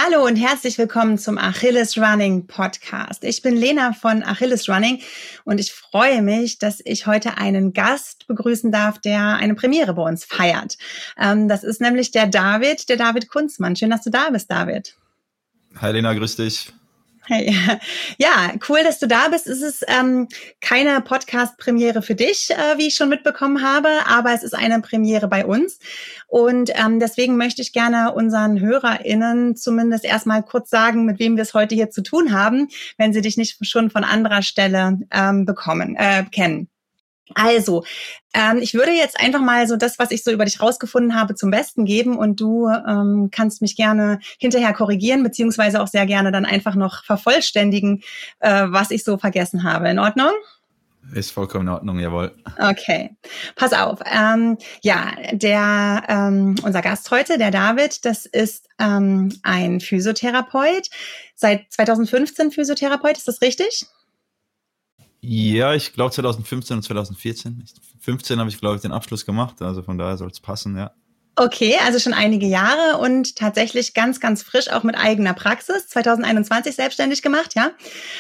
Hallo und herzlich willkommen zum Achilles Running Podcast. Ich bin Lena von Achilles Running und ich freue mich, dass ich heute einen Gast begrüßen darf, der eine Premiere bei uns feiert. Das ist nämlich der David Kunzmann. Schön, dass du da bist, David. Hi Lena, grüß dich. Hey. Ja, cool, dass du da bist. Es ist keine Podcast-Premiere für dich, wie ich schon mitbekommen habe, aber es ist eine Premiere bei uns. Und deswegen möchte ich gerne unseren HörerInnen zumindest erstmal kurz sagen, mit wem wir es heute hier zu tun haben, wenn sie dich nicht schon von anderer Stelle kennen. Also, ich würde jetzt einfach mal so das, was ich so über dich rausgefunden habe, zum Besten geben und du kannst mich gerne hinterher korrigieren, beziehungsweise auch sehr gerne dann einfach noch vervollständigen, was ich so vergessen habe. In Ordnung? Ist vollkommen in Ordnung, jawohl. Okay, pass auf. Unser Gast heute, der David, das ist ein Physiotherapeut, seit 2015 Physiotherapeut, ist das richtig? Ja, ich glaube 2015 und 2014. 2015 habe ich, glaube ich, den Abschluss gemacht, also von daher soll es passen, ja. Okay, also schon einige Jahre und tatsächlich ganz, ganz frisch auch mit eigener Praxis, 2021 selbstständig gemacht, ja.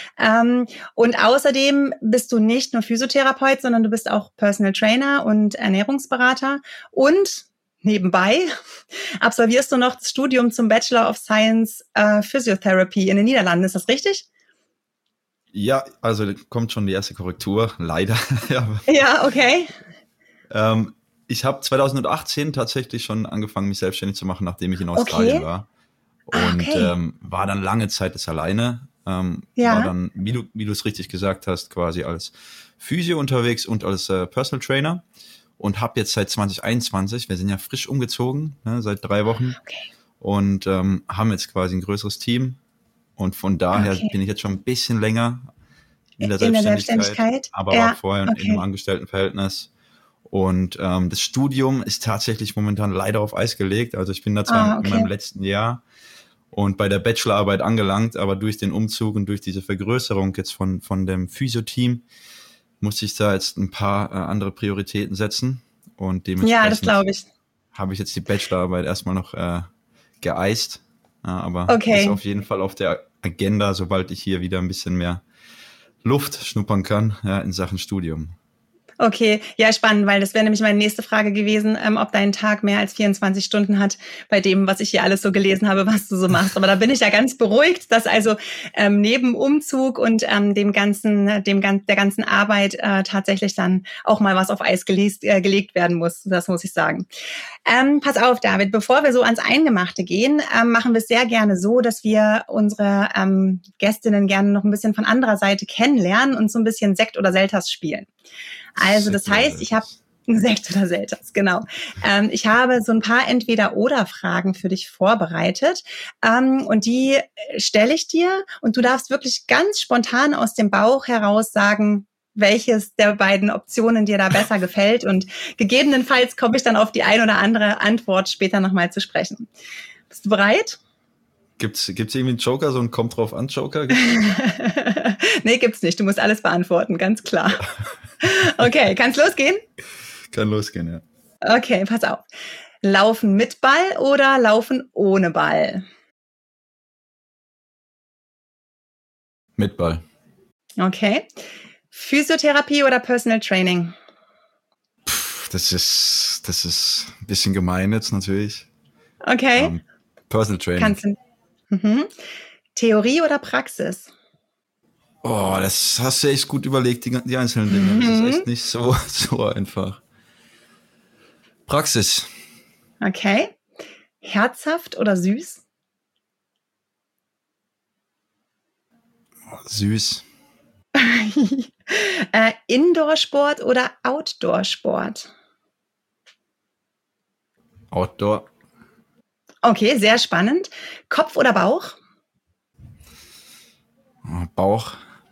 Und außerdem bist du nicht nur Physiotherapeut, sondern du bist auch Personal Trainer und Ernährungsberater und nebenbei absolvierst du noch das Studium zum Bachelor of Science Physiotherapy in den Niederlanden, ist das richtig? Ja, also kommt schon die erste Korrektur, leider. Ja, okay. Ich habe 2018 tatsächlich schon angefangen, mich selbstständig zu machen, nachdem ich in Australien war. Und war dann lange Zeit das alleine. War dann, wie du es richtig gesagt hast, quasi als Physio unterwegs und als Personal Trainer. Und habe jetzt seit 2021, wir sind ja frisch umgezogen, ne, seit 3 Wochen. Okay. Und haben jetzt quasi ein größeres Team. Und von daher bin ich jetzt schon ein bisschen länger in der Selbstständigkeit, aber war vorher in einem Angestelltenverhältnis. Und das Studium ist tatsächlich momentan leider auf Eis gelegt. Also ich bin da zwar in meinem letzten Jahr und bei der Bachelorarbeit angelangt, aber durch den Umzug und durch diese Vergrößerung jetzt von dem Physio-Team musste ich da jetzt ein paar andere Prioritäten setzen. Und dementsprechend habe ich jetzt die Bachelorarbeit erstmal noch geeist. Aber ist auf jeden Fall auf der Agenda, sobald ich hier wieder ein bisschen mehr Luft schnuppern kann, ja, in Sachen Studium. Okay, ja, spannend, weil das wäre nämlich meine nächste Frage gewesen, ob dein Tag mehr als 24 Stunden hat, bei dem, was ich hier alles so gelesen habe, was du so machst. Aber da bin ich ja ganz beruhigt, dass also neben Umzug und der ganzen Arbeit tatsächlich dann auch mal was auf Eis gelegt werden muss. Das muss ich sagen. Pass auf, David, bevor wir so ans Eingemachte gehen, machen wir es sehr gerne so, dass wir unsere Gästinnen gerne noch ein bisschen von anderer Seite kennenlernen und so ein bisschen Sekt oder Selters spielen. Also das heißt, ich habe Sekt oder Selters, genau. Ich habe so ein paar Entweder-oder-Fragen für dich vorbereitet und die stelle ich dir und du darfst wirklich ganz spontan aus dem Bauch heraus sagen, welches der beiden Optionen dir da besser gefällt und gegebenenfalls komme ich dann auf die ein oder andere Antwort später nochmal zu sprechen. Bist du bereit? Gibt's irgendwie einen Joker, so einen Kommt drauf an Joker? Nee, gibt's nicht. Du musst alles beantworten, ganz klar. Okay, kann's losgehen? Kann losgehen, ja. Okay, pass auf. Laufen mit Ball oder laufen ohne Ball? Mit Ball. Okay. Physiotherapie oder Personal Training? Das ist ein bisschen gemein jetzt natürlich. Okay. Personal Training. Kannst du. Theorie oder Praxis? Oh, das hast du echt gut überlegt, die einzelnen Dinge. Das ist echt nicht so einfach. Praxis. Okay. Herzhaft oder süß? Süß. Indoor-Sport oder Outdoor-Sport? Outdoor. Okay, sehr spannend. Kopf oder Bauch? Bauch.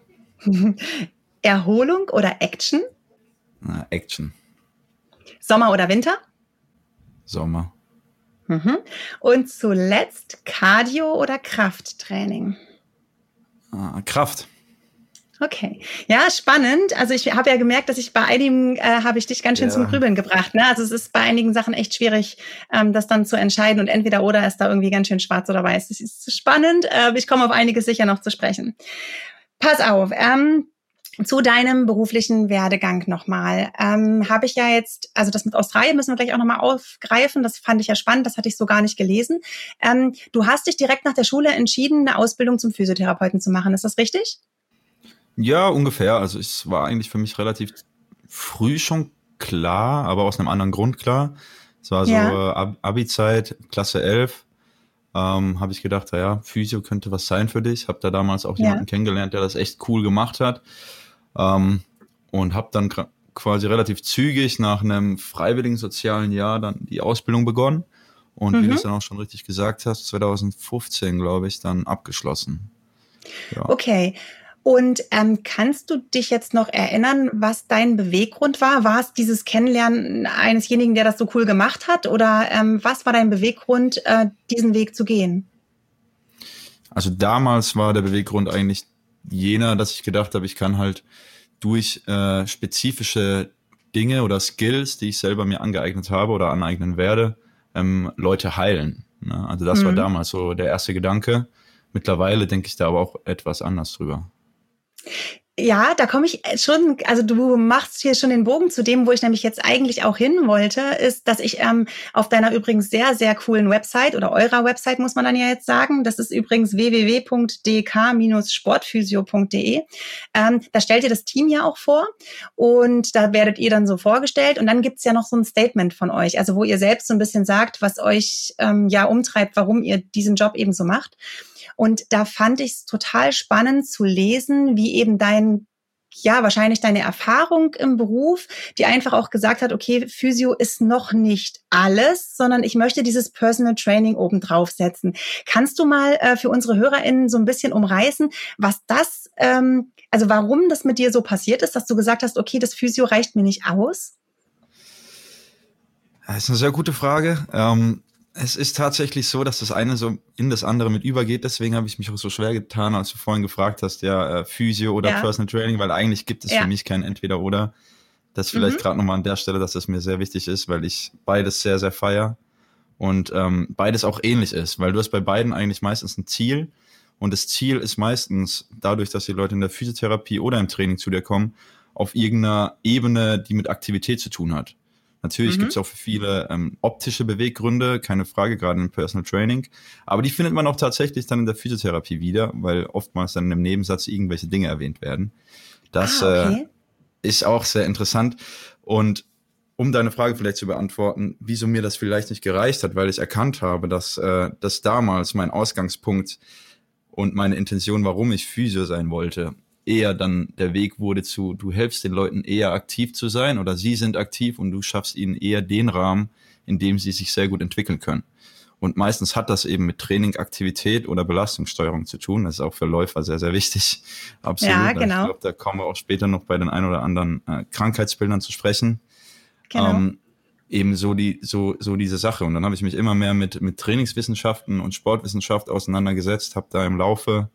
Erholung oder Action? Action. Sommer oder Winter? Sommer. Und zuletzt Cardio oder Krafttraining? Kraft. Okay. Ja, spannend. Also ich habe ja gemerkt, dass ich bei einigen habe ich dich ganz schön zum Grübeln gebracht. Ne? Also es ist bei einigen Sachen echt schwierig, das dann zu entscheiden und entweder oder ist da irgendwie ganz schön schwarz oder weiß. Das ist spannend. Ich komme auf einiges sicher noch zu sprechen. Pass auf. Zu deinem beruflichen Werdegang nochmal. Habe ich ja jetzt, also das mit Australien müssen wir gleich auch nochmal aufgreifen. Das fand ich ja spannend, das hatte ich so gar nicht gelesen. Du hast dich direkt nach der Schule entschieden, eine Ausbildung zum Physiotherapeuten zu machen. Ist das richtig? Ja, ungefähr. Also es war eigentlich für mich relativ früh schon klar, aber aus einem anderen Grund klar. Es war so Abi-Zeit, Klasse 11. Habe ich gedacht, ja, Physio könnte was sein für dich. Habe da damals auch jemanden kennengelernt, der das echt cool gemacht hat. Und habe dann quasi relativ zügig nach einem freiwilligen sozialen Jahr dann die Ausbildung begonnen. Und wie du es dann auch schon richtig gesagt hast, 2015, glaube ich, dann abgeschlossen. Ja. Okay. Und kannst du dich jetzt noch erinnern, was dein Beweggrund war? War es dieses Kennenlernen einesjenigen, der das so cool gemacht hat? Oder was war dein Beweggrund, diesen Weg zu gehen? Also damals war der Beweggrund eigentlich jener, dass ich gedacht habe, ich kann halt durch spezifische Dinge oder Skills, die ich selber mir angeeignet habe oder aneignen werde, Leute heilen. Ne? Also das war damals so der erste Gedanke. Mittlerweile denke ich da aber auch etwas anders drüber. Ja, da komme ich schon, also du machst hier schon den Bogen zu dem, wo ich nämlich jetzt eigentlich auch hin wollte, ist, dass ich auf deiner übrigens sehr, sehr coolen Website oder eurer Website, muss man dann ja jetzt sagen, das ist übrigens www.dk-sportphysio.de, da stellt ihr das Team ja auch vor und da werdet ihr dann so vorgestellt und dann gibt's ja noch so ein Statement von euch, also wo ihr selbst so ein bisschen sagt, was euch umtreibt, warum ihr diesen Job eben so macht. Und da fand ich es total spannend zu lesen, wie eben wahrscheinlich deine Erfahrung im Beruf, die einfach auch gesagt hat, okay, Physio ist noch nicht alles, sondern ich möchte dieses Personal Training obendrauf setzen. Kannst du mal für unsere HörerInnen so ein bisschen umreißen, was das, also warum das mit dir so passiert ist, dass du gesagt hast, okay, das Physio reicht mir nicht aus? Das ist eine sehr gute Frage. Es ist tatsächlich so, dass das eine so in das andere mit übergeht. Deswegen habe ich mich auch so schwer getan, als du vorhin gefragt hast, Physio oder Personal Training, weil eigentlich gibt es für mich kein Entweder-Oder. Das vielleicht gerade nochmal an der Stelle, dass das mir sehr wichtig ist, weil ich beides sehr, sehr feiere und beides auch ähnlich ist, weil du hast bei beiden eigentlich meistens ein Ziel und das Ziel ist meistens dadurch, dass die Leute in der Physiotherapie oder im Training zu dir kommen, auf irgendeiner Ebene, die mit Aktivität zu tun hat. Natürlich gibt es auch für viele optische Beweggründe, keine Frage, gerade im Personal Training. Aber die findet man auch tatsächlich dann in der Physiotherapie wieder, weil oftmals dann im Nebensatz irgendwelche Dinge erwähnt werden. Das ist auch sehr interessant. Und um deine Frage vielleicht zu beantworten, wieso mir das vielleicht nicht gereicht hat, weil ich erkannt habe, dass das damals mein Ausgangspunkt und meine Intention, warum ich Physio sein wollte, eher dann der Weg wurde zu, du hilfst den Leuten eher aktiv zu sein oder sie sind aktiv und du schaffst ihnen eher den Rahmen, in dem sie sich sehr gut entwickeln können. Und meistens hat das eben mit Training, Aktivität oder Belastungssteuerung zu tun. Das ist auch für Läufer sehr, sehr wichtig. Absolut. Ja, genau. Ich glaube, da kommen wir auch später noch bei den ein oder anderen Krankheitsbildern zu sprechen. Genau. Eben so diese Sache. Und dann habe ich mich immer mehr mit Trainingswissenschaften und Sportwissenschaft auseinandergesetzt, habe da im Laufe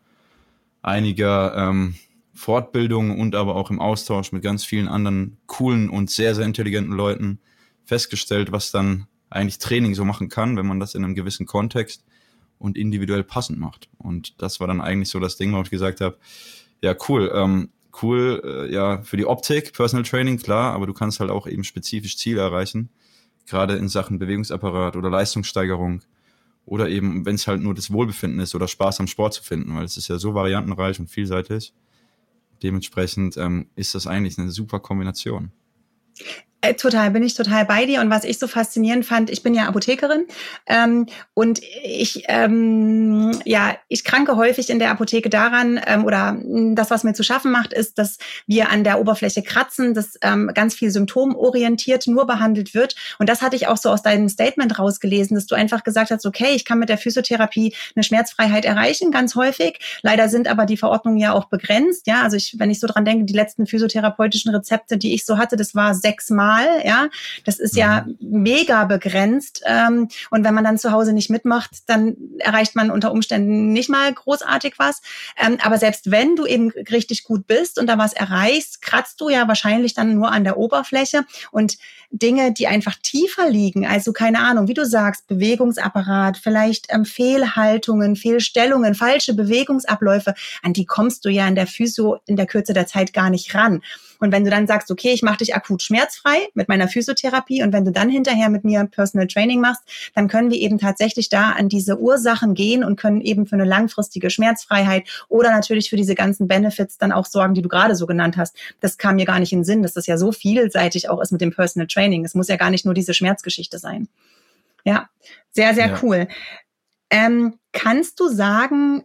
einiger Fortbildung und aber auch im Austausch mit ganz vielen anderen coolen und sehr, sehr intelligenten Leuten festgestellt, was dann eigentlich Training so machen kann, wenn man das in einem gewissen Kontext und individuell passend macht. Und das war dann eigentlich so das Ding, wo ich gesagt habe, ja cool, für die Optik, Personal Training, klar, aber du kannst halt auch eben spezifisch Ziele erreichen, gerade in Sachen Bewegungsapparat oder Leistungssteigerung oder eben, wenn es halt nur das Wohlbefinden ist oder Spaß am Sport zu finden, weil es ist ja so variantenreich und vielseitig. Dementsprechend ist das eigentlich eine super Kombination. Total, bin ich total bei dir. Und was ich so faszinierend fand, ich bin ja Apothekerin und ich kranke häufig in der Apotheke daran oder das, was mir zu schaffen macht, ist, dass wir an der Oberfläche kratzen, dass ganz viel symptomorientiert nur behandelt wird. Und das hatte ich auch so aus deinem Statement rausgelesen, dass du einfach gesagt hast, okay, ich kann mit der Physiotherapie eine Schmerzfreiheit erreichen, ganz häufig. Leider sind aber die Verordnungen ja auch begrenzt. Ja, also wenn ich so dran denke, die letzten physiotherapeutischen Rezepte, die ich so hatte, das war 6-mal brutal, ja. Das ist ja mega begrenzt. Und wenn man dann zu Hause nicht mitmacht, dann erreicht man unter Umständen nicht mal großartig was. Aber selbst wenn du eben richtig gut bist und da was erreichst, kratzt du ja wahrscheinlich dann nur an der Oberfläche. Und Dinge, die einfach tiefer liegen, also keine Ahnung, wie du sagst, Bewegungsapparat, vielleicht Fehlhaltungen, Fehlstellungen, falsche Bewegungsabläufe, an die kommst du ja in der Physio in der Kürze der Zeit gar nicht ran. Und wenn du dann sagst, okay, ich mache dich akut schmerzfrei mit meiner Physiotherapie und wenn du dann hinterher mit mir Personal Training machst, dann können wir eben tatsächlich da an diese Ursachen gehen und können eben für eine langfristige Schmerzfreiheit oder natürlich für diese ganzen Benefits dann auch sorgen, die du gerade so genannt hast. Das kam mir gar nicht in den Sinn, dass das ja so vielseitig auch ist mit dem Personal Training. Es muss ja gar nicht nur diese Schmerzgeschichte sein. Ja, sehr, sehr cool. Kannst du sagen,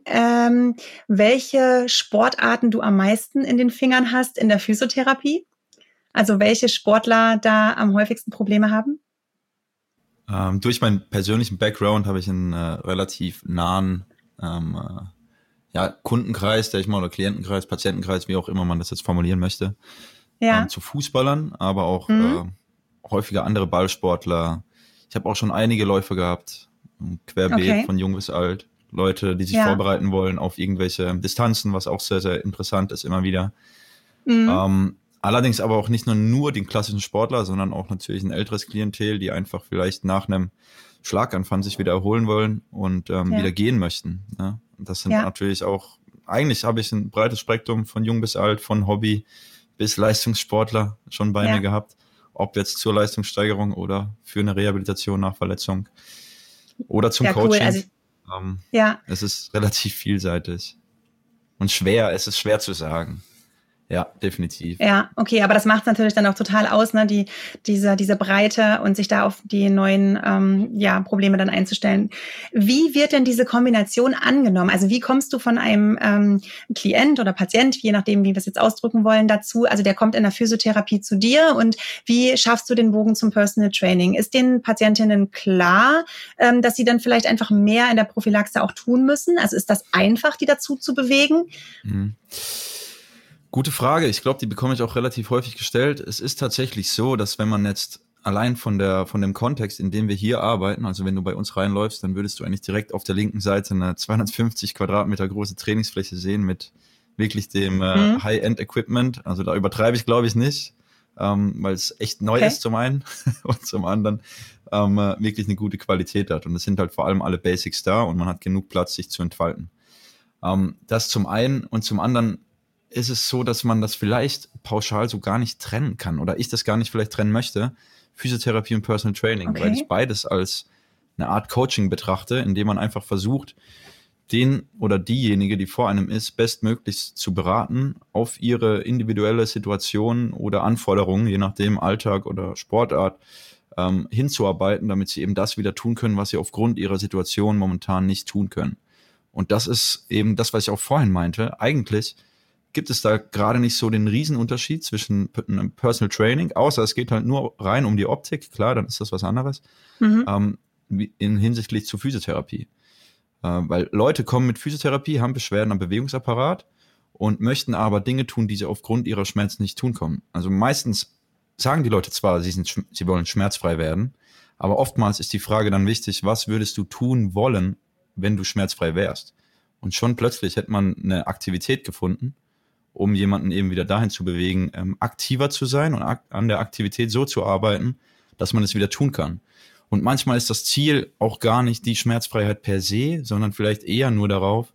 welche Sportarten du am meisten in den Fingern hast in der Physiotherapie? Also welche Sportler da am häufigsten Probleme haben? Durch meinen persönlichen Background habe ich einen relativ nahen Kundenkreis, oder Klientenkreis, Patientenkreis, wie auch immer man das jetzt formulieren möchte, zu Fußballern, aber auch häufiger andere Ballsportler. Ich habe auch schon einige Läufe gehabt, querbeet von jung bis alt. Leute, die sich vorbereiten wollen auf irgendwelche Distanzen, was auch sehr, sehr interessant ist immer wieder. Allerdings aber auch nicht nur den klassischen Sportler, sondern auch natürlich ein älteres Klientel, die einfach vielleicht nach einem Schlaganfall sich wieder erholen wollen und wieder gehen möchten. Ne? Und das sind natürlich auch, eigentlich habe ich ein breites Spektrum von jung bis alt, von Hobby bis Leistungssportler schon bei mir gehabt. Ob jetzt zur Leistungssteigerung oder für eine Rehabilitation nach Verletzung oder zum Coaching. Cool. Also, es ist relativ vielseitig und schwer. Es ist schwer zu sagen. Ja, definitiv. Ja, okay, aber das macht es natürlich dann auch total aus, ne, diese Breite und sich da auf die neuen Probleme dann einzustellen. Wie wird denn diese Kombination angenommen? Also wie kommst du von einem Klient oder Patient, je nachdem, wie wir es jetzt ausdrücken wollen, dazu? Also der kommt in der Physiotherapie zu dir und wie schaffst du den Bogen zum Personal Training? Ist den Patientinnen klar, dass sie dann vielleicht einfach mehr in der Prophylaxe auch tun müssen? Also ist das einfach, die dazu zu bewegen? Gute Frage. Ich glaube, die bekomme ich auch relativ häufig gestellt. Es ist tatsächlich so, dass wenn man jetzt allein von dem Kontext, in dem wir hier arbeiten, also wenn du bei uns reinläufst, dann würdest du eigentlich direkt auf der linken Seite eine 250 Quadratmeter große Trainingsfläche sehen mit wirklich dem High-End-Equipment. Also da übertreibe ich, glaube ich, nicht, weil es echt neu ist zum einen und zum anderen wirklich eine gute Qualität hat. Und es sind halt vor allem alle Basics da und man hat genug Platz, sich zu entfalten. Das zum einen und zum anderen ist es so, dass man das vielleicht pauschal so gar nicht trennen kann oder ich das gar nicht vielleicht trennen möchte, Physiotherapie und Personal Training, weil ich beides als eine Art Coaching betrachte, indem man einfach versucht, den oder diejenige, die vor einem ist, bestmöglichst zu beraten, auf ihre individuelle Situation oder Anforderungen, je nachdem Alltag oder Sportart, hinzuarbeiten, damit sie eben das wieder tun können, was sie aufgrund ihrer Situation momentan nicht tun können. Und das ist eben das, was ich auch vorhin meinte. Eigentlich gibt es da gerade nicht so den Riesenunterschied zwischen einem Personal Training, außer es geht halt nur rein um die Optik, klar, dann ist das was anderes, hinsichtlich zu Physiotherapie. Weil Leute kommen mit Physiotherapie, haben Beschwerden am Bewegungsapparat und möchten aber Dinge tun, die sie aufgrund ihrer Schmerzen nicht tun können. Also meistens sagen die Leute zwar, sie wollen schmerzfrei werden, aber oftmals ist die Frage dann wichtig, was würdest du tun wollen, wenn du schmerzfrei wärst? Und schon plötzlich hätte man eine Aktivität gefunden, um jemanden eben wieder dahin zu bewegen, aktiver zu sein und an der Aktivität so zu arbeiten, dass man es wieder tun kann. Und manchmal ist das Ziel auch gar nicht die Schmerzfreiheit per se, sondern vielleicht eher nur darauf,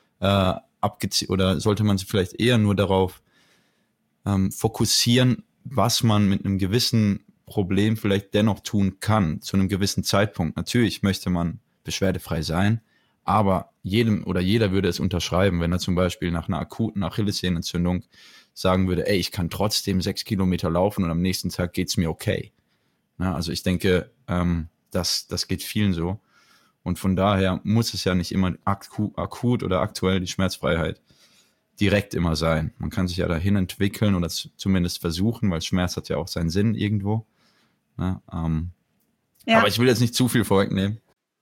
oder sollte man sich vielleicht eher nur darauf fokussieren, was man mit einem gewissen Problem vielleicht dennoch tun kann, zu einem gewissen Zeitpunkt. Natürlich möchte man beschwerdefrei sein, aber jeder würde es unterschreiben, wenn er zum Beispiel nach einer akuten Achillessehnenentzündung sagen würde, ich kann trotzdem 6 Kilometer laufen und am nächsten Tag geht's mir okay. Ja, also ich denke, das geht vielen so. Und von daher muss es ja nicht immer akut oder aktuell die Schmerzfreiheit direkt immer sein. Man kann sich ja dahin entwickeln oder zumindest versuchen, weil Schmerz hat ja auch seinen Sinn irgendwo. Ja, aber ich will jetzt nicht zu viel vorwegnehmen.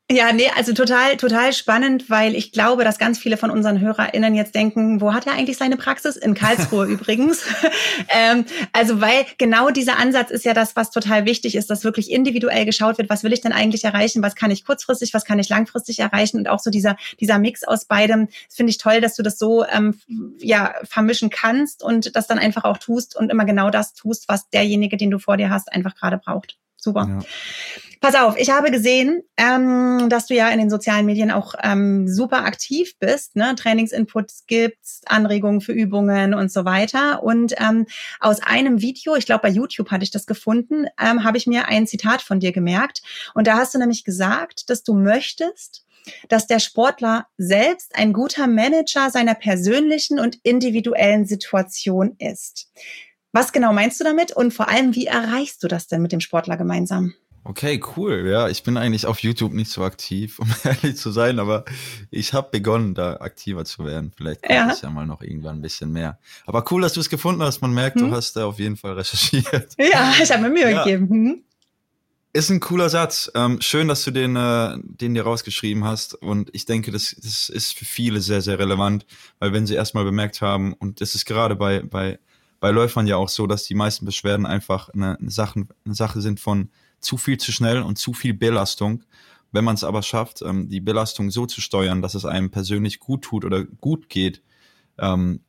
Ja, nee, also total spannend, weil ich glaube, dass ganz viele von unseren HörerInnen jetzt denken, wo hat er eigentlich seine Praxis? In Karlsruhe übrigens. Also weil genau dieser Ansatz ist ja das, was total wichtig ist, dass wirklich individuell geschaut wird, was will ich denn eigentlich erreichen, was kann ich kurzfristig, was kann ich langfristig erreichen und auch so dieser Mix aus beidem. Das finde ich toll, dass du das so vermischen kannst und das dann einfach auch tust und immer genau das tust, was derjenige, den du vor dir hast, einfach gerade braucht. Super. Ja. Pass auf, ich habe gesehen, dass du ja in den sozialen Medien auch super aktiv bist, ne? Trainingsinputs gibst, Anregungen für Übungen und so weiter. Und aus einem Video, ich glaube bei YouTube hatte ich das gefunden, habe ich mir ein Zitat von dir gemerkt. Und da hast du nämlich gesagt, dass du möchtest, dass der Sportler selbst ein guter Manager seiner persönlichen und individuellen Situation ist. Was genau meinst du damit? Und vor allem, wie erreichst du das denn mit dem Sportler gemeinsam? Okay, cool. Ja, ich bin eigentlich auf YouTube nicht so aktiv, um ehrlich zu sein, aber ich habe begonnen, da aktiver zu werden. Vielleicht kommt es ja mal noch irgendwann ein bisschen mehr. Aber cool, dass du es gefunden hast. Man merkt, du hast da auf jeden Fall recherchiert. Ja, ich habe mir Mühe gegeben. Ist ein cooler Satz. Schön, dass du den dir rausgeschrieben hast. Und ich denke, das ist für viele sehr, sehr relevant, weil wenn sie erstmal bemerkt haben, und das ist gerade bei Läufern ja auch so, dass die meisten Beschwerden einfach eine Sache sind von zu viel zu schnell und zu viel Belastung. Wenn man es aber schafft, die Belastung so zu steuern, dass es einem persönlich gut tut oder gut geht, dann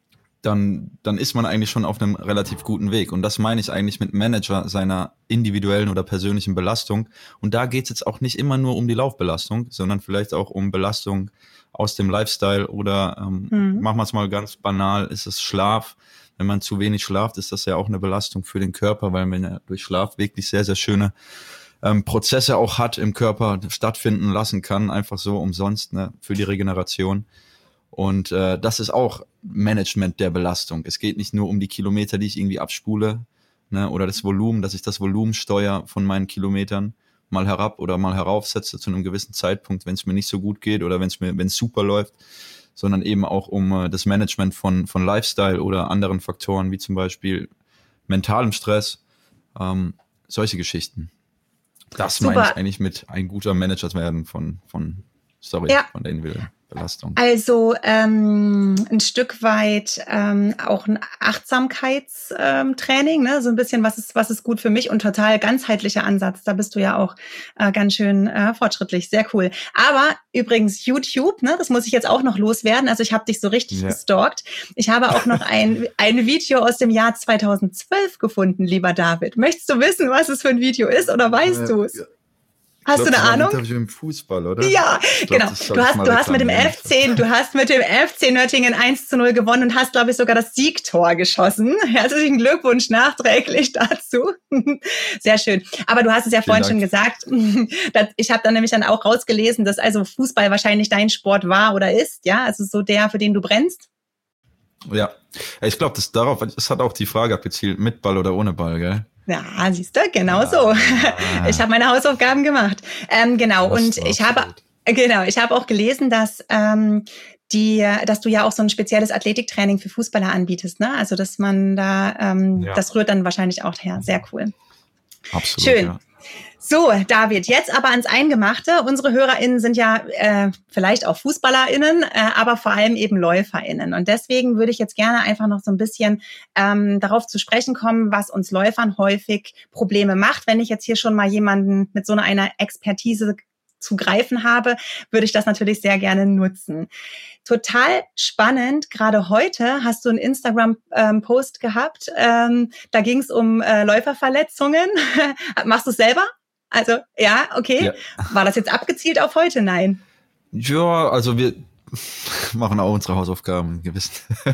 ist man eigentlich schon auf einem relativ guten Weg. Und das meine ich eigentlich mit Manager seiner individuellen oder persönlichen Belastung. Und da geht es jetzt auch nicht immer nur um die Laufbelastung, sondern vielleicht auch um Belastung aus dem Lifestyle oder machen wir es mal ganz banal, ist es Schlaf. Wenn man zu wenig schlaft, ist das ja auch eine Belastung für den Körper, weil man ja durch Schlaf wirklich sehr, sehr schöne Prozesse auch hat im Körper, stattfinden lassen kann, einfach so umsonst, ne, für die Regeneration. Und das ist auch Management der Belastung. Es geht nicht nur um die Kilometer, die ich irgendwie abspule, ne, oder das Volumen, dass ich das Volumen steuere von meinen Kilometern, mal herab oder mal heraufsetze zu einem gewissen Zeitpunkt, wenn es mir nicht so gut geht oder wenn es super läuft, sondern eben auch um das Management von Lifestyle oder anderen Faktoren, wie zum Beispiel mentalem Stress, solche Geschichten. Das meine ich eigentlich mit ein guter Manager werden von der individuellen Belastung. Also ein Stück weit auch ein Achtsamkeitstraining, ne? So ein bisschen, was ist gut für mich und total ganzheitlicher Ansatz. Da bist du ja auch ganz schön fortschrittlich, sehr cool. Aber übrigens YouTube, ne? Das muss ich jetzt auch noch loswerden. Also ich habe dich so richtig gestalkt. Ich habe auch noch ein Video aus dem Jahr 2012 gefunden, lieber David. Möchtest du wissen, was es für ein Video ist oder weißt du es? Ja. Hast du eine Ahnung? Das im Fußball, oder? Ja, genau. Du hast mit dem F10 Nöttingen 1:0 gewonnen und hast, glaube ich, sogar das Siegtor geschossen. Herzlichen Glückwunsch nachträglich dazu. Sehr schön. Aber du hast es ja vorhin schon gesagt. Ich habe dann nämlich dann auch rausgelesen, dass also Fußball wahrscheinlich dein Sport war oder ist. Ja, also so der, für den du brennst. Ja, ich glaube, das hat auch die Frage abgezielt, mit Ball oder ohne Ball, gell? Ja, siehst du, genau so. Ich habe meine Hausaufgaben gemacht. Genau, und ich habe auch gelesen, dass dass du ja auch so ein spezielles Athletiktraining für Fußballer anbietest, ne? Also dass man da, das rührt dann wahrscheinlich auch her. Sehr cool. Absolut. Schön. Ja. So, David, jetzt aber ans Eingemachte. Unsere HörerInnen sind ja vielleicht auch FußballerInnen, aber vor allem eben LäuferInnen. Und deswegen würde ich jetzt gerne einfach noch so ein bisschen darauf zu sprechen kommen, was uns Läufern häufig Probleme macht. Wenn ich jetzt hier schon mal jemanden mit so einer Expertise zu greifen habe, würde ich das natürlich sehr gerne nutzen. Total spannend. Gerade heute hast du einen Instagram-Post gehabt. Da ging es um Läuferverletzungen. Machst du es selber? Also, ja, okay. Ja. War das jetzt abgezielt auf heute? Nein. Ja, also wir machen auch unsere Hausaufgaben gewissen.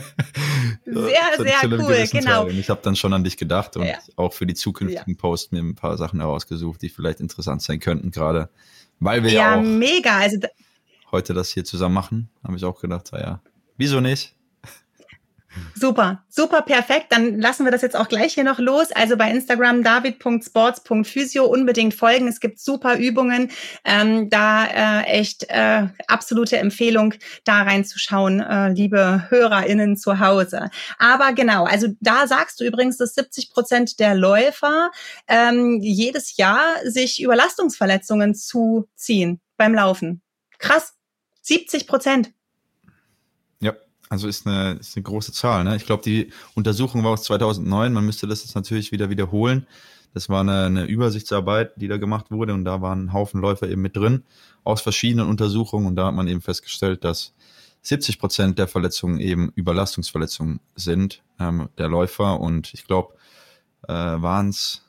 Sehr cool, genau. Ich habe dann schon an dich gedacht und auch für die zukünftigen Posts mir ein paar Sachen herausgesucht, die vielleicht interessant sein könnten, gerade weil wir ja auch mega. Also heute das hier zusammen machen, habe ich auch gedacht, wieso nicht? Super, perfekt. Dann lassen wir das jetzt auch gleich hier noch los. Also bei Instagram david.sports.physio unbedingt folgen. Es gibt super Übungen. Echt absolute Empfehlung, da reinzuschauen, liebe HörerInnen zu Hause. Aber genau, also da sagst du übrigens, dass 70% der Läufer jedes Jahr sich Überlastungsverletzungen zuziehen. beim Laufen. Krass. 70%. Ja, also ist eine große Zahl. Ne? Ich glaube, die Untersuchung war aus 2009. Man müsste das jetzt natürlich wieder wiederholen. Das war eine Übersichtsarbeit, die da gemacht wurde. Und da waren ein Haufen Läufer eben mit drin aus verschiedenen Untersuchungen. Und da hat man eben festgestellt, dass 70% der Verletzungen eben Überlastungsverletzungen sind, der Läufer. Und ich glaube, waren es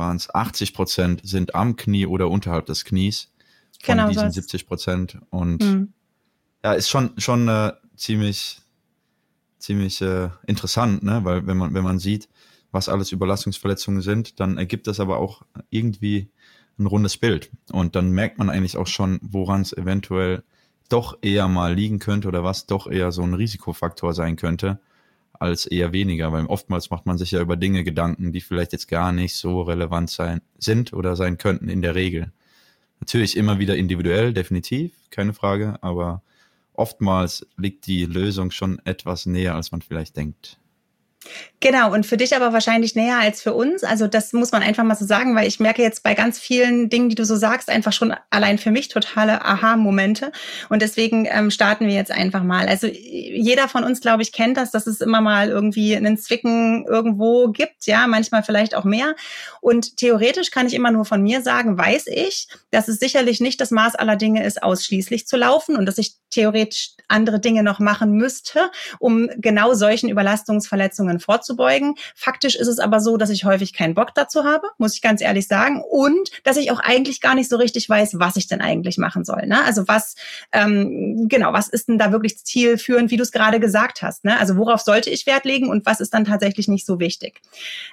80% sind am Knie oder unterhalb des Knies von genau diesen so 70%. Und ja, ist schon ziemlich interessant, ne? Weil wenn man sieht, was alles Überlastungsverletzungen sind, dann ergibt das aber auch irgendwie ein rundes Bild. Und dann merkt man eigentlich auch schon, woran es eventuell doch eher mal liegen könnte oder was doch eher so ein Risikofaktor sein könnte, als eher weniger. Weil oftmals macht man sich ja über Dinge Gedanken, die vielleicht jetzt gar nicht so relevant sind oder sein könnten in der Regel. Natürlich immer wieder individuell, definitiv, keine Frage, aber oftmals liegt die Lösung schon etwas näher, als man vielleicht denkt. Genau, und für dich aber wahrscheinlich näher als für uns. Also das muss man einfach mal so sagen, weil ich merke jetzt bei ganz vielen Dingen, die du so sagst, einfach schon allein für mich totale Aha-Momente. Und deswegen starten wir jetzt einfach mal. Also jeder von uns, glaube ich, kennt das, dass es immer mal irgendwie einen Zwicken irgendwo gibt, ja, manchmal vielleicht auch mehr. Und theoretisch kann ich immer nur von mir sagen, weiß ich, dass es sicherlich nicht das Maß aller Dinge ist, ausschließlich zu laufen und dass ich theoretisch andere Dinge noch machen müsste, um genau solchen Überlastungsverletzungen vorzubeugen. Faktisch ist es aber so, dass ich häufig keinen Bock dazu habe, muss ich ganz ehrlich sagen, und dass ich auch eigentlich gar nicht so richtig weiß, was ich denn eigentlich machen soll. Ne? Also was ist denn da wirklich zielführend, wie du es gerade gesagt hast? Ne? Also worauf sollte ich Wert legen und was ist dann tatsächlich nicht so wichtig?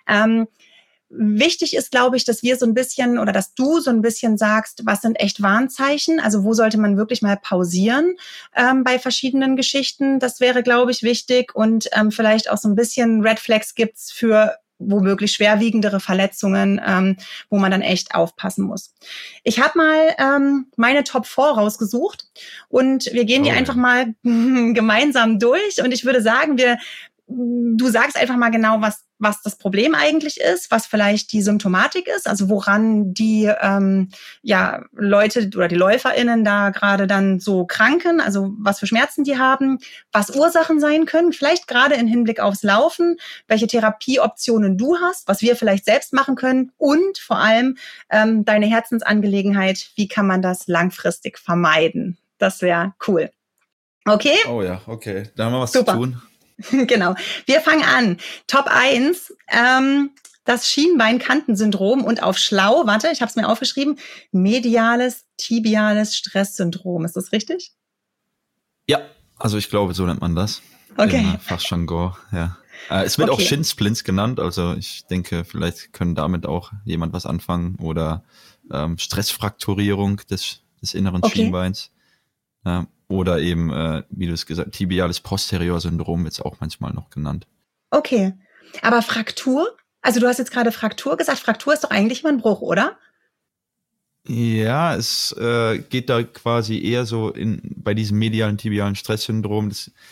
Wichtig ist, glaube ich, dass wir so ein bisschen oder dass du so ein bisschen sagst, was sind echt Warnzeichen? Also wo sollte man wirklich mal pausieren bei verschiedenen Geschichten? Das wäre, glaube ich, wichtig und vielleicht auch so ein bisschen Red Flags gibt's für womöglich schwerwiegendere Verletzungen, wo man dann echt aufpassen muss. Ich habe mal meine Top 4 rausgesucht und wir gehen die einfach mal gemeinsam durch und ich würde sagen, du sagst einfach mal genau, was das Problem eigentlich ist, was vielleicht die Symptomatik ist, also woran die Leute oder die LäuferInnen da gerade dann so kranken, also was für Schmerzen die haben, was Ursachen sein können, vielleicht gerade im Hinblick aufs Laufen, welche Therapieoptionen du hast, was wir vielleicht selbst machen können und vor allem deine Herzensangelegenheit, wie kann man das langfristig vermeiden? Das wäre cool. Okay? Oh ja, okay. Da haben wir was zu tun. Genau. Wir fangen an. Top 1, das Schienbeinkantensyndrom und auf schlau, ich habe es mir aufgeschrieben, mediales tibiales Stresssyndrom. Ist das richtig? Ja, also ich glaube, so nennt man das. Okay. Im Fachjargon, ja. Es wird auch Shinsplints genannt, also ich denke, vielleicht können damit auch jemand was anfangen oder Stressfrakturierung des inneren Schienbeins. Oder eben, wie du es gesagt hast, tibiales Posterior-Syndrom wird es auch manchmal noch genannt. Okay, aber Fraktur? Also du hast jetzt gerade Fraktur gesagt. Fraktur ist doch eigentlich immer ein Bruch, oder? Ja, es geht da quasi eher so bei diesem medialen tibialen Stresssyndrom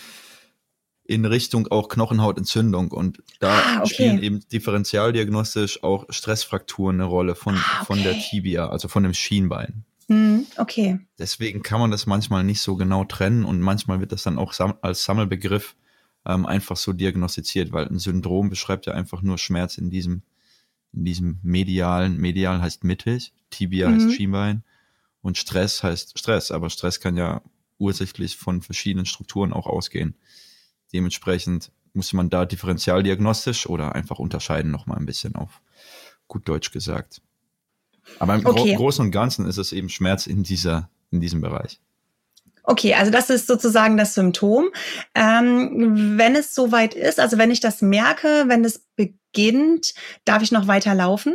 in Richtung auch Knochenhautentzündung. Und da spielen eben differentialdiagnostisch auch Stressfrakturen eine Rolle von der Tibia, also von dem Schienbein. Okay. Deswegen kann man das manchmal nicht so genau trennen und manchmal wird das dann auch als Sammelbegriff einfach so diagnostiziert, weil ein Syndrom beschreibt ja einfach nur Schmerz in diesem medial heißt mittig, Tibia heißt Schienbein und Stress heißt Stress, aber Stress kann ja ursächlich von verschiedenen Strukturen auch ausgehen. Dementsprechend muss man da differentialdiagnostisch oder einfach unterscheiden nochmal ein bisschen auf gut Deutsch gesagt. Aber im Großen und Ganzen ist es eben Schmerz in diesem Bereich. Okay, also das ist sozusagen das Symptom. Wenn es soweit ist, also wenn ich das merke, wenn es beginnt, darf ich noch weiter laufen?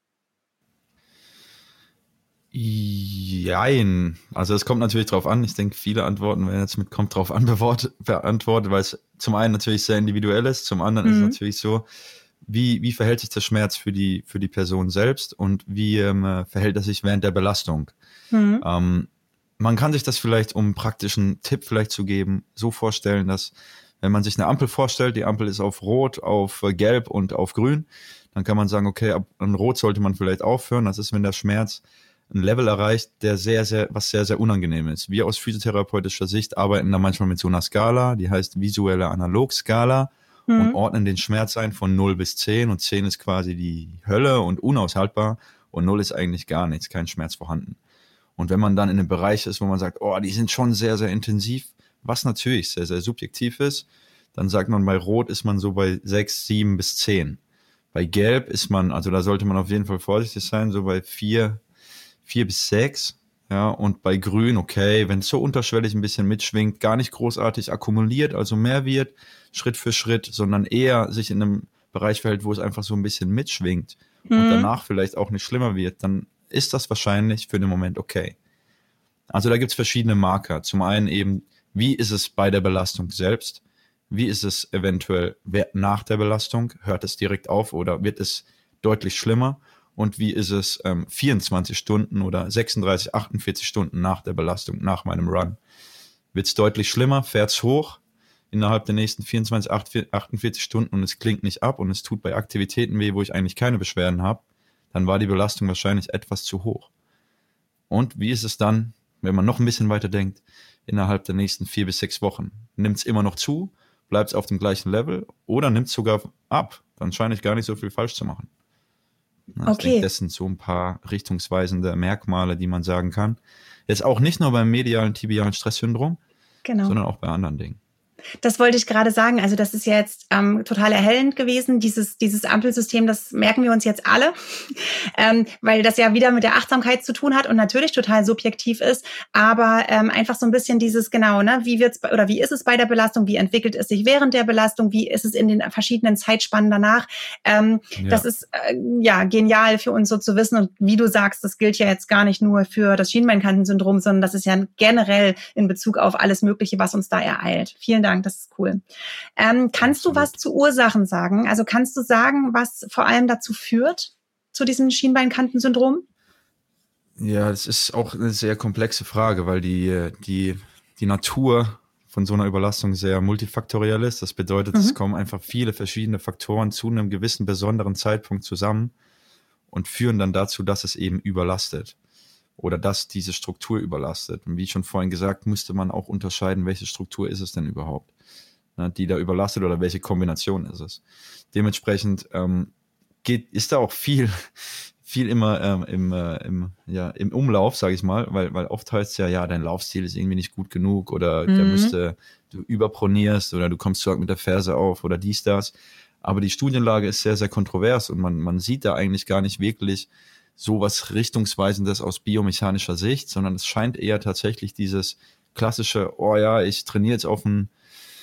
Jein. Also es kommt natürlich drauf an. Ich denke, viele Antworten werden jetzt mit kommt drauf an beantwortet, weil es zum einen natürlich sehr individuell ist, zum anderen ist es natürlich so, wie verhält sich der Schmerz für die Person selbst und wie verhält er sich während der Belastung? Man kann sich das vielleicht, um einen praktischen Tipp vielleicht zu geben, so vorstellen, dass wenn man sich eine Ampel vorstellt, die Ampel ist auf Rot, auf Gelb und auf Grün, dann kann man sagen, okay, an Rot sollte man vielleicht aufhören. Das ist, wenn der Schmerz ein Level erreicht, der sehr, sehr unangenehm ist. Wir aus physiotherapeutischer Sicht arbeiten da manchmal mit so einer Skala, die heißt visuelle Analogskala und ordnen den Schmerz ein von 0 bis 10 und 10 ist quasi die Hölle und unaushaltbar und 0 ist eigentlich gar nichts, kein Schmerz vorhanden. Und wenn man dann in einem Bereich ist, wo man sagt, oh, die sind schon sehr, sehr intensiv, was natürlich sehr, sehr subjektiv ist, dann sagt man, bei Rot ist man so bei 6, 7 bis 10. Bei Gelb ist man, also da sollte man auf jeden Fall vorsichtig sein, so bei 4 bis 6. Ja, und bei Grün, okay, wenn es so unterschwellig ein bisschen mitschwingt, gar nicht großartig akkumuliert, also mehr wird, Schritt für Schritt, sondern eher sich in einem Bereich verhält, wo es einfach so ein bisschen mitschwingt und danach vielleicht auch nicht schlimmer wird, dann ist das wahrscheinlich für den Moment okay. Also da gibt es verschiedene Marker. Zum einen eben, wie ist es bei der Belastung selbst? Wie ist es eventuell nach der Belastung? Hört es direkt auf oder wird es deutlich schlimmer? Und wie ist es 24 Stunden oder 36, 48 Stunden nach der Belastung, nach meinem Run? Wird es deutlich schlimmer? Fährt es hoch innerhalb der nächsten 24, 48 Stunden und es klingt nicht ab und es tut bei Aktivitäten weh, wo ich eigentlich keine Beschwerden habe? Dann war die Belastung wahrscheinlich etwas zu hoch. Und wie ist es dann, wenn man noch ein bisschen weiter denkt, innerhalb der nächsten 4 bis 6 Wochen? Nimmt es immer noch zu? Bleibt es auf dem gleichen Level? Oder nimmt es sogar ab? Dann scheine ich gar nicht so viel falsch zu machen. Ich denke, das sind so ein paar richtungsweisende Merkmale, die man sagen kann. Jetzt auch nicht nur beim medialen tibialen Stresssyndrom, sondern auch bei anderen Dingen. Das wollte ich gerade sagen. Also das ist ja jetzt total erhellend gewesen. Dieses Ampelsystem, das merken wir uns jetzt alle, weil das ja wieder mit der Achtsamkeit zu tun hat und natürlich total subjektiv ist. Aber einfach so ein bisschen dieses genau, ne, wie ist es bei der Belastung? Wie entwickelt es sich während der Belastung? Wie ist es in den verschiedenen Zeitspannen danach? Das ist genial für uns so zu wissen. Und wie du sagst, das gilt ja jetzt gar nicht nur für das Schienbeinkantensyndrom, sondern das ist ja generell in Bezug auf alles Mögliche, was uns da ereilt. Vielen Dank, das ist cool. Kannst du was zu Ursachen sagen? Also kannst du sagen, was vor allem dazu führt, zu diesem Schienbeinkantensyndrom? Ja, das ist auch eine sehr komplexe Frage, weil die Natur von so einer Überlastung sehr multifaktoriell ist. Das bedeutet, es kommen einfach viele verschiedene Faktoren zu einem gewissen besonderen Zeitpunkt zusammen und führen dann dazu, dass es eben überlastet oder dass diese Struktur überlastet. Und wie schon vorhin gesagt, müsste man auch unterscheiden, welche Struktur ist es denn überhaupt, ne, die da überlastet oder welche Kombination ist es. Dementsprechend ist da auch viel immer im Umlauf, sage ich mal, weil oft heißt es ja, dein Laufstil ist irgendwie nicht gut genug oder du überpronierst oder du kommst zu arg mit der Ferse auf oder dies, das. Aber die Studienlage ist sehr, sehr kontrovers und man sieht da eigentlich gar nicht wirklich sowas Richtungsweisendes aus biomechanischer Sicht, sondern es scheint eher tatsächlich dieses klassische, ich trainiere jetzt auf ein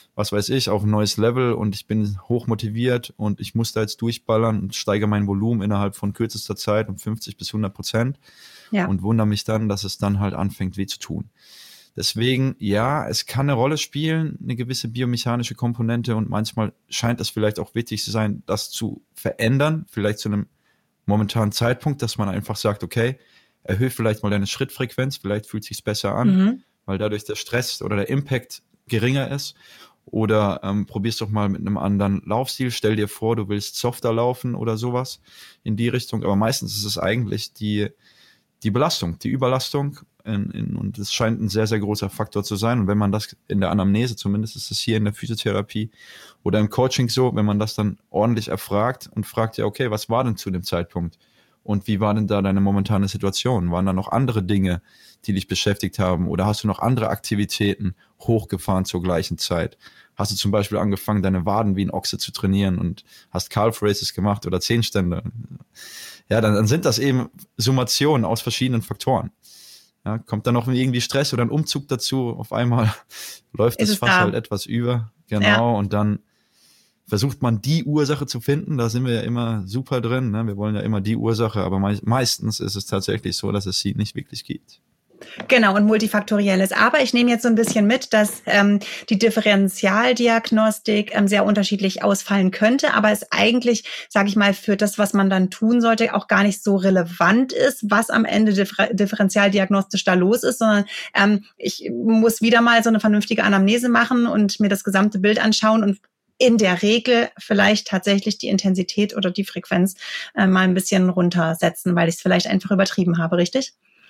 neues Level und ich bin hoch motiviert und ich muss da jetzt durchballern und steigere mein Volumen innerhalb von kürzester Zeit um 50 bis 100% und wundere mich dann, dass es dann halt anfängt weh zu tun. Deswegen, ja, es kann eine Rolle spielen, eine gewisse biomechanische Komponente und manchmal scheint es vielleicht auch wichtig zu sein, das zu verändern, vielleicht zu einem momentanen Zeitpunkt, dass man einfach sagt, okay, erhöhe vielleicht mal deine Schrittfrequenz, vielleicht fühlt es sich besser an, weil dadurch der Stress oder der Impact geringer ist. Oder probier's doch mal mit einem anderen Laufstil. Stell dir vor, du willst softer laufen oder sowas in die Richtung. Aber meistens ist es eigentlich die Belastung, die Überlastung. Und es scheint ein sehr, sehr großer Faktor zu sein. Und wenn man das in der Anamnese, zumindest ist es hier in der Physiotherapie oder im Coaching so, wenn man das dann ordentlich erfragt und fragt, ja, okay, was war denn zu dem Zeitpunkt? Und wie war denn da deine momentane Situation? Waren da noch andere Dinge, die dich beschäftigt haben? Oder hast du noch andere Aktivitäten hochgefahren zur gleichen Zeit? Hast du zum Beispiel angefangen, deine Waden wie ein Ochse zu trainieren und hast Calf Raises gemacht oder Zehnstände? Ja, dann sind das eben Summationen aus verschiedenen Faktoren. Ja, kommt dann noch irgendwie Stress oder ein Umzug dazu, auf einmal läuft das Fass halt etwas über. Genau, und dann versucht man die Ursache zu finden, da sind wir ja immer super drin, ne? Wir wollen ja immer die Ursache, aber meistens ist es tatsächlich so, dass es sie nicht wirklich gibt. Genau, und multifaktoriell ist. Aber ich nehme jetzt so ein bisschen mit, dass die Differentialdiagnostik sehr unterschiedlich ausfallen könnte, aber es eigentlich, sage ich mal, für das, was man dann tun sollte, auch gar nicht so relevant ist, was am Ende differentialdiagnostisch da los ist, sondern ich muss wieder mal so eine vernünftige Anamnese machen und mir das gesamte Bild anschauen und in der Regel vielleicht tatsächlich die Intensität oder die Frequenz mal ein bisschen runtersetzen, weil ich es vielleicht einfach übertrieben habe, richtig?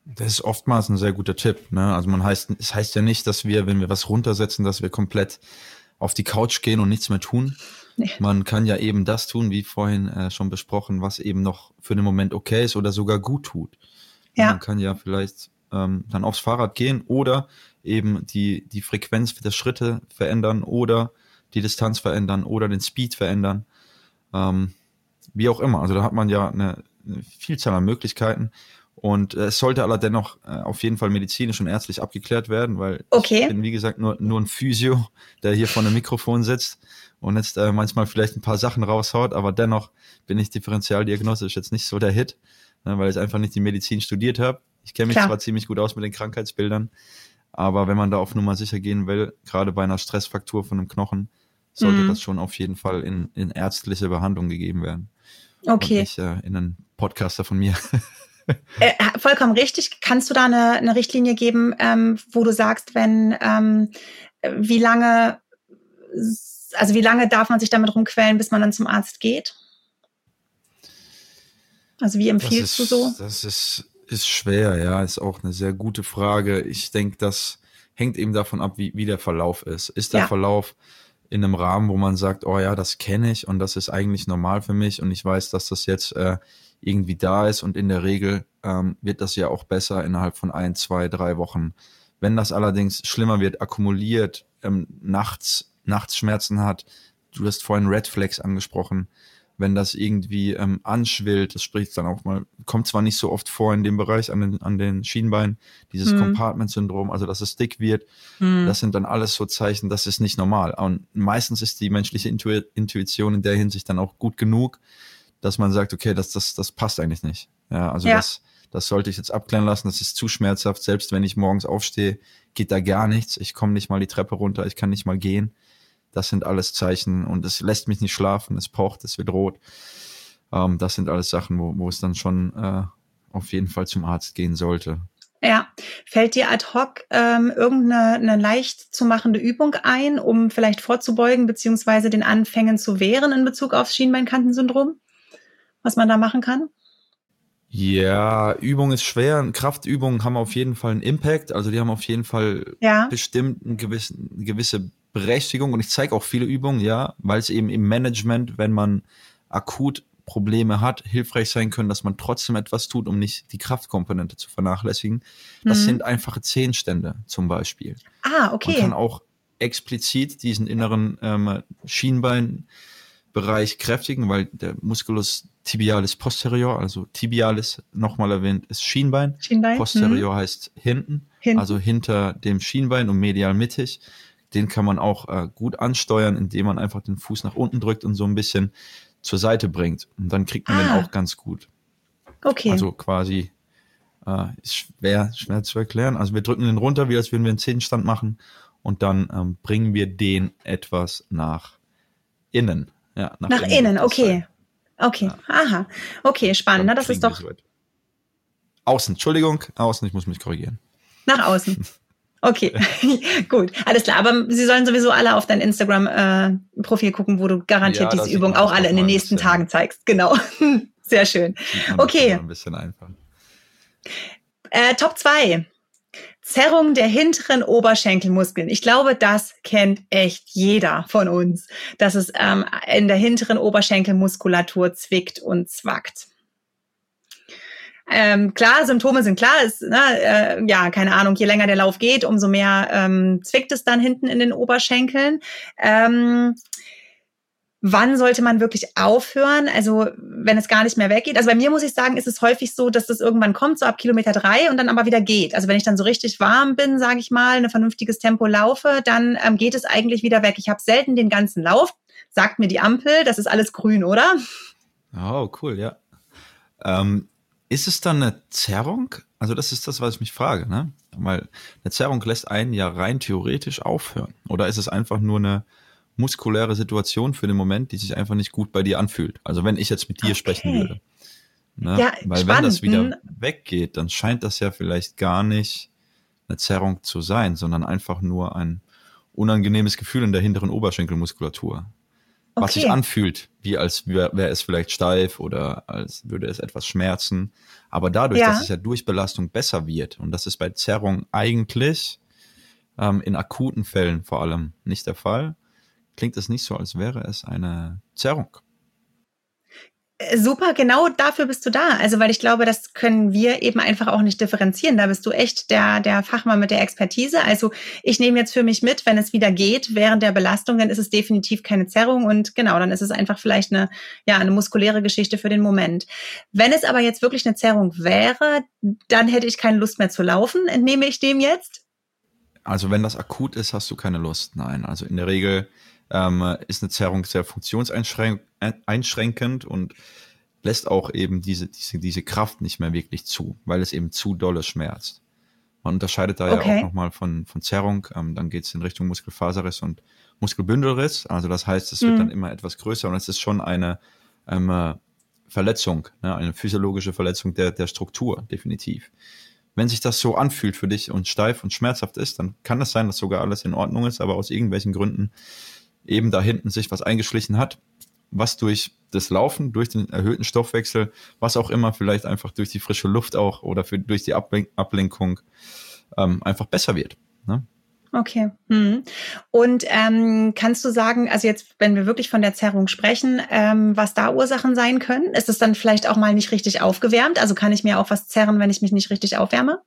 Das ist oftmals ein sehr guter Tipp, ne? Also es heißt ja nicht, dass wir, wenn wir was runtersetzen, dass wir komplett auf die Couch gehen und nichts mehr tun. Nee. Man kann ja eben das tun, wie vorhin schon besprochen, was eben noch für den Moment okay ist oder sogar gut tut. Ja. Man kann ja vielleicht dann aufs Fahrrad gehen oder eben die Frequenz der Schritte verändern oder die Distanz verändern oder den Speed verändern. Wie auch immer. Also da hat man ja eine Vielzahl an Möglichkeiten. Und es sollte aber dennoch auf jeden Fall medizinisch und ärztlich abgeklärt werden, weil ich bin, wie gesagt, nur ein Physio, der hier vor einem Mikrofon sitzt und jetzt manchmal vielleicht ein paar Sachen raushaut, aber dennoch bin ich differentialdiagnostisch jetzt nicht so der Hit, ne, weil ich einfach nicht die Medizin studiert habe. Ich kenne mich zwar ziemlich gut aus mit den Krankheitsbildern, aber wenn man da auf Nummer sicher gehen will, gerade bei einer Stressfraktur von einem Knochen, sollte das schon auf jeden Fall in ärztliche Behandlung gegeben werden. Okay. Und nicht in einen Podcaster von mir. Vollkommen richtig. Kannst du da eine Richtlinie geben, wo du sagst, wie lange darf man sich damit rumquälen, bis man dann zum Arzt geht? Also wie empfiehlst du so? Das ist schwer, ja, ist auch eine sehr gute Frage. Ich denke, das hängt eben davon ab, wie der Verlauf ist. Ist der Verlauf in einem Rahmen, wo man sagt, oh ja, das kenne ich und das ist eigentlich normal für mich und ich weiß, dass das jetzt irgendwie da ist und in der Regel wird das ja auch besser innerhalb von 1, 2, 3 Wochen. Wenn das allerdings schlimmer wird, akkumuliert, nachts Schmerzen hat, du hast vorhin Red Flags angesprochen, wenn das irgendwie anschwillt, das spricht dann auch mal, kommt zwar nicht so oft vor in dem Bereich an den Schienbeinen, dieses Compartment-Syndrom, also dass es dick wird, das sind dann alles so Zeichen, das ist nicht normal. Und meistens ist die menschliche Intuition in der Hinsicht dann auch gut genug, dass man sagt, okay, das passt eigentlich nicht. Ja, also das sollte ich jetzt abklären lassen, das ist zu schmerzhaft, selbst wenn ich morgens aufstehe, geht da gar nichts, ich komme nicht mal die Treppe runter, ich kann nicht mal gehen. Das sind alles Zeichen und es lässt mich nicht schlafen, es pocht, es wird rot. Das sind alles Sachen, wo es dann schon auf jeden Fall zum Arzt gehen sollte. Ja, fällt dir ad hoc irgendeine leicht zu machende Übung ein, um vielleicht vorzubeugen beziehungsweise den Anfängen zu wehren in Bezug aufs Schienbeinkantensyndrom? Was man da machen kann? Ja, Übung ist schwer. Kraftübungen haben auf jeden Fall einen Impact. Also die haben auf jeden Fall bestimmt eine gewisse Berechtigung. Und ich zeige auch viele Übungen, ja, weil es eben im Management, wenn man akut Probleme hat, hilfreich sein können, dass man trotzdem etwas tut, um nicht die Kraftkomponente zu vernachlässigen. Das sind einfache Zehenstände zum Beispiel. Ah, okay. Man kann auch explizit diesen inneren Schienbeinbereich kräftigen, weil der Musculus tibialis posterior, also tibialis, nochmal erwähnt, ist Schienbein. Posterior heißt hinten, also hinter dem Schienbein und medial mittig. Den kann man auch gut ansteuern, indem man einfach den Fuß nach unten drückt und so ein bisschen zur Seite bringt. Und dann kriegt man den auch ganz gut. Okay. Also quasi ist schwer zu erklären. Also wir drücken den runter, wie als würden wir einen Zehenstand machen. Und dann bringen wir den etwas nach innen. Ja, nach innen, okay. Okay, ja. Aha. Okay, spannend. Na, das ist doch... Außen, Entschuldigung, außen, ich muss mich korrigieren. Nach außen. Okay, gut, alles klar. Aber sie sollen sowieso alle auf dein Instagram-Profil gucken, wo du garantiert diese Übung auch alle in den nächsten Tagen zeigst. Genau, sehr schön. Okay. Ein bisschen einfach. Top 2. Zerrung der hinteren Oberschenkelmuskeln. Ich glaube, das kennt echt jeder von uns, dass es in der hinteren Oberschenkelmuskulatur zwickt und zwackt. Klar, Symptome sind klar, keine Ahnung, je länger der Lauf geht, umso mehr zwickt es dann hinten in den Oberschenkeln. Wann sollte man wirklich aufhören? Also wenn es gar nicht mehr weggeht. Also bei mir muss ich sagen, ist es häufig so, dass das irgendwann kommt, so ab Kilometer 3 und dann aber wieder geht. Also wenn ich dann so richtig warm bin, sage ich mal, ein vernünftiges Tempo laufe, dann geht es eigentlich wieder weg. Ich habe selten den ganzen Lauf, sagt mir die Ampel, das ist alles grün, oder? Oh, cool, ja. Ist es dann eine Zerrung? Also das ist das, was ich mich frage, ne? Weil eine Zerrung lässt einen ja rein theoretisch aufhören. Oder ist es einfach nur eine muskuläre Situation für den Moment, die sich einfach nicht gut bei dir anfühlt? Also wenn ich jetzt mit dir sprechen würde. Ne? Ja, weil spannend. Wenn das wieder weggeht, dann scheint das ja vielleicht gar nicht eine Zerrung zu sein, sondern einfach nur ein unangenehmes Gefühl in der hinteren Oberschenkelmuskulatur. was sich anfühlt, wie als wäre es vielleicht steif oder als würde es etwas schmerzen. Aber dadurch, dass es ja durch Belastung besser wird, und das ist bei Zerrung eigentlich in akuten Fällen vor allem nicht der Fall, klingt es nicht so, als wäre es eine Zerrung. Super, genau dafür bist du da. Also, weil ich glaube, das können wir eben einfach auch nicht differenzieren. Da bist du echt der Fachmann mit der Expertise. Also, ich nehme jetzt für mich mit, wenn es wieder geht während der Belastung, dann ist es definitiv keine Zerrung und genau, dann ist es einfach vielleicht eine muskuläre Geschichte für den Moment. Wenn es aber jetzt wirklich eine Zerrung wäre, dann hätte ich keine Lust mehr zu laufen. Entnehme ich dem jetzt? Also, wenn das akut ist, hast du keine Lust. Nein, also in der Regel ist eine Zerrung sehr funktionseinschränkend und lässt auch eben diese Kraft nicht mehr wirklich zu, weil es eben zu dolle schmerzt. Man unterscheidet da ja auch nochmal von Zerrung, dann geht es in Richtung Muskelfaserriss und Muskelbündelriss, also das heißt, es wird dann immer etwas größer und es ist schon eine Verletzung, ne, eine physiologische Verletzung der Struktur, definitiv. Wenn sich das so anfühlt für dich und steif und schmerzhaft ist, dann kann es sein, dass sogar alles in Ordnung ist, aber aus irgendwelchen Gründen eben da hinten sich was eingeschlichen hat, was durch das Laufen, durch den erhöhten Stoffwechsel, was auch immer, vielleicht einfach durch die frische Luft auch oder durch die Ablenkung einfach besser wird. Ne? Okay. Und kannst du sagen, also jetzt, wenn wir wirklich von der Zerrung sprechen, was da Ursachen sein können? Ist es dann vielleicht auch mal nicht richtig aufgewärmt? Also kann ich mir auch was zerren, wenn ich mich nicht richtig aufwärme?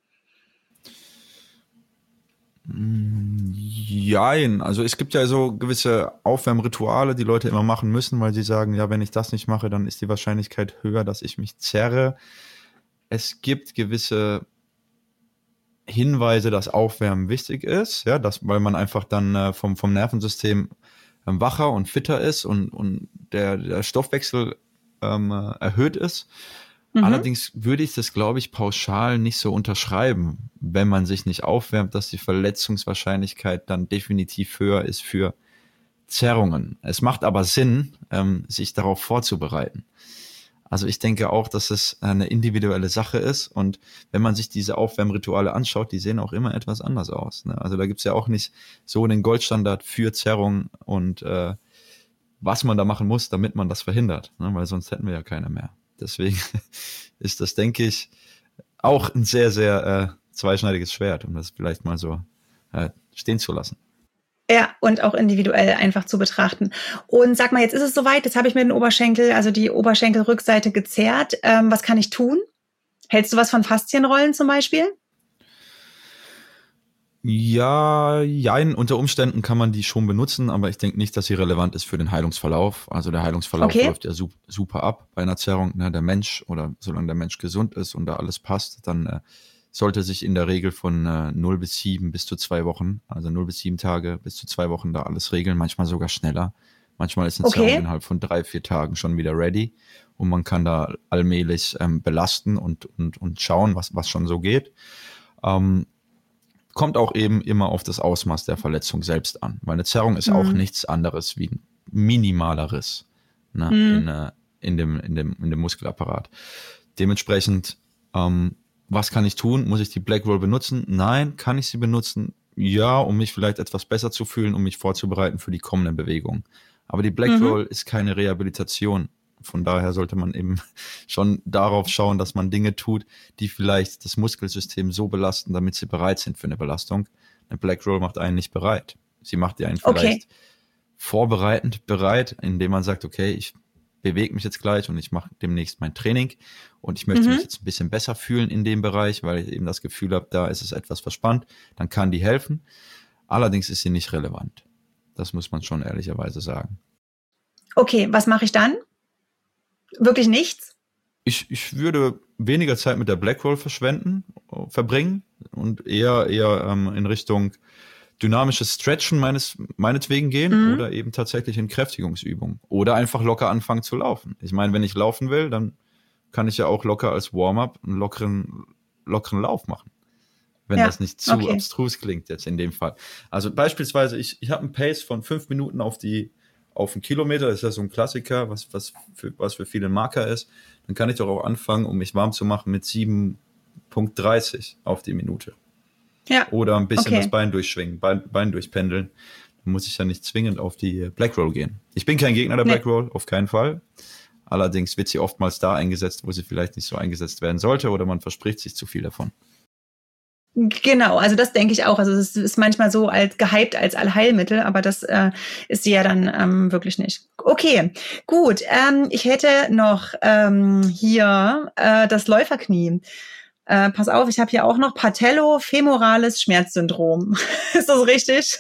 Jein, also es gibt ja so gewisse Aufwärmrituale, die Leute immer machen müssen, weil sie sagen, ja, wenn ich das nicht mache, dann ist die Wahrscheinlichkeit höher, dass ich mich zerre. Es gibt gewisse Hinweise, dass Aufwärmen wichtig ist, ja, weil man einfach dann vom Nervensystem wacher und fitter ist und der Stoffwechsel erhöht ist. Allerdings würde ich das, glaube ich, pauschal nicht so unterschreiben, wenn man sich nicht aufwärmt, dass die Verletzungswahrscheinlichkeit dann definitiv höher ist für Zerrungen. Es macht aber Sinn, sich darauf vorzubereiten. Also ich denke auch, dass es eine individuelle Sache ist und wenn man sich diese Aufwärmrituale anschaut, die sehen auch immer etwas anders aus. Ne? Also da gibt's ja auch nicht so den Goldstandard für Zerrung und was man da machen muss, damit man das verhindert, ne? Weil sonst hätten wir ja keine mehr. Deswegen ist das, denke ich, auch ein sehr, sehr zweischneidiges Schwert, um das vielleicht mal so stehen zu lassen. Ja, und auch individuell einfach zu betrachten. Und sag mal, jetzt ist es soweit, jetzt habe ich mir den Oberschenkel, also die Oberschenkelrückseite gezerrt. Was kann ich tun? Hältst du was von Faszienrollen zum Beispiel? Ja, unter Umständen kann man die schon benutzen, aber ich denke nicht, dass sie relevant ist für den Heilungsverlauf. Also der Heilungsverlauf läuft ja super ab bei einer Zerrung. Ne? Der Mensch oder solange der Mensch gesund ist und da alles passt, dann sollte sich in der Regel von 0 bis 7 bis zu 2 Wochen, also 0 bis 7 Tage bis zu 2 Wochen da alles regeln, manchmal sogar schneller. Manchmal ist eine Zerrung innerhalb von 3-4 Tagen schon wieder ready und man kann da allmählich belasten und schauen, was schon so geht. Kommt auch eben immer auf das Ausmaß der Verletzung selbst an, weil eine Zerrung ist auch nichts anderes wie ein minimaler Riss, ne, in dem Muskelapparat. Dementsprechend, was kann ich tun? Muss ich die Black Roll benutzen? Nein. Kann ich sie benutzen? Ja, um mich vielleicht etwas besser zu fühlen, um mich vorzubereiten für die kommenden Bewegungen. Aber die Black Roll ist keine Rehabilitation. Von daher sollte man eben schon darauf schauen, dass man Dinge tut, die vielleicht das Muskelsystem so belasten, damit sie bereit sind für eine Belastung. Eine Black Roll macht einen nicht bereit. Sie macht einen vielleicht vorbereitend bereit, indem man sagt, okay, ich bewege mich jetzt gleich und ich mache demnächst mein Training und ich möchte mich jetzt ein bisschen besser fühlen in dem Bereich, weil ich eben das Gefühl habe, da ist es etwas verspannt, dann kann die helfen. Allerdings ist sie nicht relevant. Das muss man schon ehrlicherweise sagen. Okay, was mache ich dann? Wirklich nichts? Ich würde weniger Zeit mit der Black Roll verbringen und eher in Richtung dynamisches Stretchen meinetwegen gehen oder eben tatsächlich in Kräftigungsübungen oder einfach locker anfangen zu laufen. Ich meine, wenn ich laufen will, dann kann ich ja auch locker als Warm-up einen lockeren Lauf machen. Wenn das nicht zu abstrus klingt jetzt in dem Fall. Also beispielsweise, ich habe einen Pace von 5 Minuten auf einen Kilometer, das ist ja so ein Klassiker, was für viele ein Marker ist, dann kann ich doch auch anfangen, um mich warm zu machen mit 7,30 auf die Minute. Ja. Oder ein bisschen das Bein durchschwingen, Bein durchpendeln. muss ich ja nicht zwingend auf die Black Roll gehen. Ich bin kein Gegner der Black Roll, auf keinen Fall. Allerdings wird sie oftmals da eingesetzt, wo sie vielleicht nicht so eingesetzt werden sollte oder man verspricht sich zu viel davon. Genau, also das denke ich auch. Also es ist manchmal so als gehypt als Allheilmittel, aber das ist sie ja dann wirklich nicht. Okay, gut. Ich hätte noch hier das Läuferknie. Pass auf, ich habe hier auch noch Patellofemorales Schmerzsyndrom. Ist das richtig?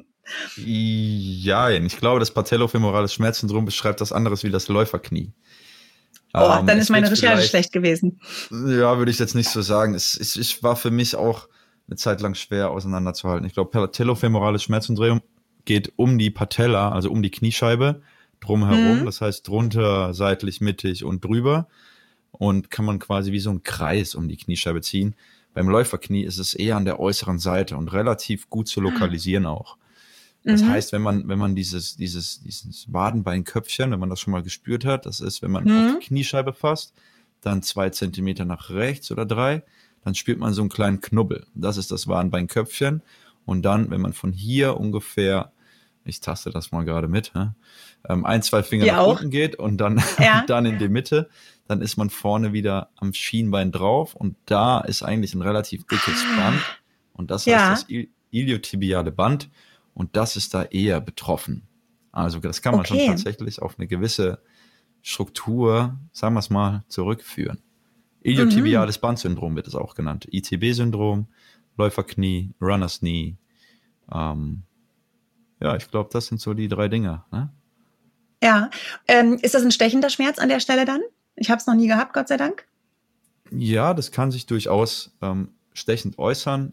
Ja, ich glaube, das Patellofemorales Schmerzsyndrom beschreibt das anderes wie das Läuferknie. Dann ist meine Recherche schlecht gewesen. Ja, würde ich jetzt nicht so sagen. Es war für mich auch eine Zeit lang schwer auseinanderzuhalten. Ich glaube, patellofemorales Schmerzsyndrom geht um die Patella, also um die Kniescheibe drumherum. Das heißt drunter, seitlich, mittig und drüber. Und kann man quasi wie so einen Kreis um die Kniescheibe ziehen. Beim Läuferknie ist es eher an der äußeren Seite und relativ gut zu lokalisieren auch. Das heißt, wenn man dieses Wadenbeinköpfchen, wenn man das schon mal gespürt hat, das ist, wenn man auf die Kniescheibe fasst, dann 2 Zentimeter nach rechts oder 3, dann spürt man so einen kleinen Knubbel. Das ist das Wadenbeinköpfchen. Und dann, wenn man von hier ungefähr, ich taste das mal gerade mit, 1, 2 Finger nach unten geht und dann, dann in die Mitte, dann ist man vorne wieder am Schienbein drauf und da ist eigentlich ein relativ dickes Band. Und das heißt das iliotibiale Band. Und das ist da eher betroffen. Also das kann man schon tatsächlich auf eine gewisse Struktur, sagen wir es mal, zurückführen. Iliotibiales Bandsyndrom wird es auch genannt. ITB-Syndrom, Läuferknie, Runners Knee. Ich glaube, das sind so die 3 Dinge. Ne? Ja, ist das ein stechender Schmerz an der Stelle dann? Ich habe es noch nie gehabt, Gott sei Dank. Ja, das kann sich durchaus stechend äußern.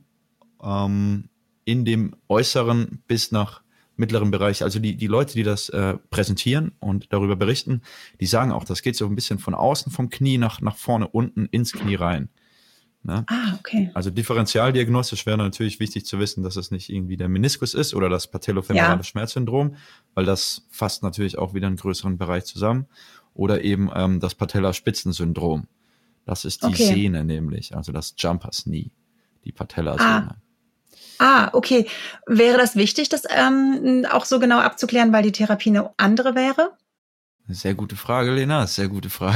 In dem äußeren bis nach mittleren Bereich. Also die Leute, die das präsentieren und darüber berichten, die sagen auch, das geht so ein bisschen von außen vom Knie nach vorne unten ins Knie rein. Ne? Okay. Also differentialdiagnostisch wäre natürlich wichtig zu wissen, dass es nicht irgendwie der Meniskus ist oder das patellofemorale Schmerzsyndrom, weil das fasst natürlich auch wieder einen größeren Bereich zusammen. Oder eben das Patellaspitzensyndrom. Das ist die Sehne nämlich, also das Jumpers Knee, die Patellasehne. Okay. Wäre das wichtig, das auch so genau abzuklären, weil die Therapie eine andere wäre? Sehr gute Frage, Lena, sehr gute Frage.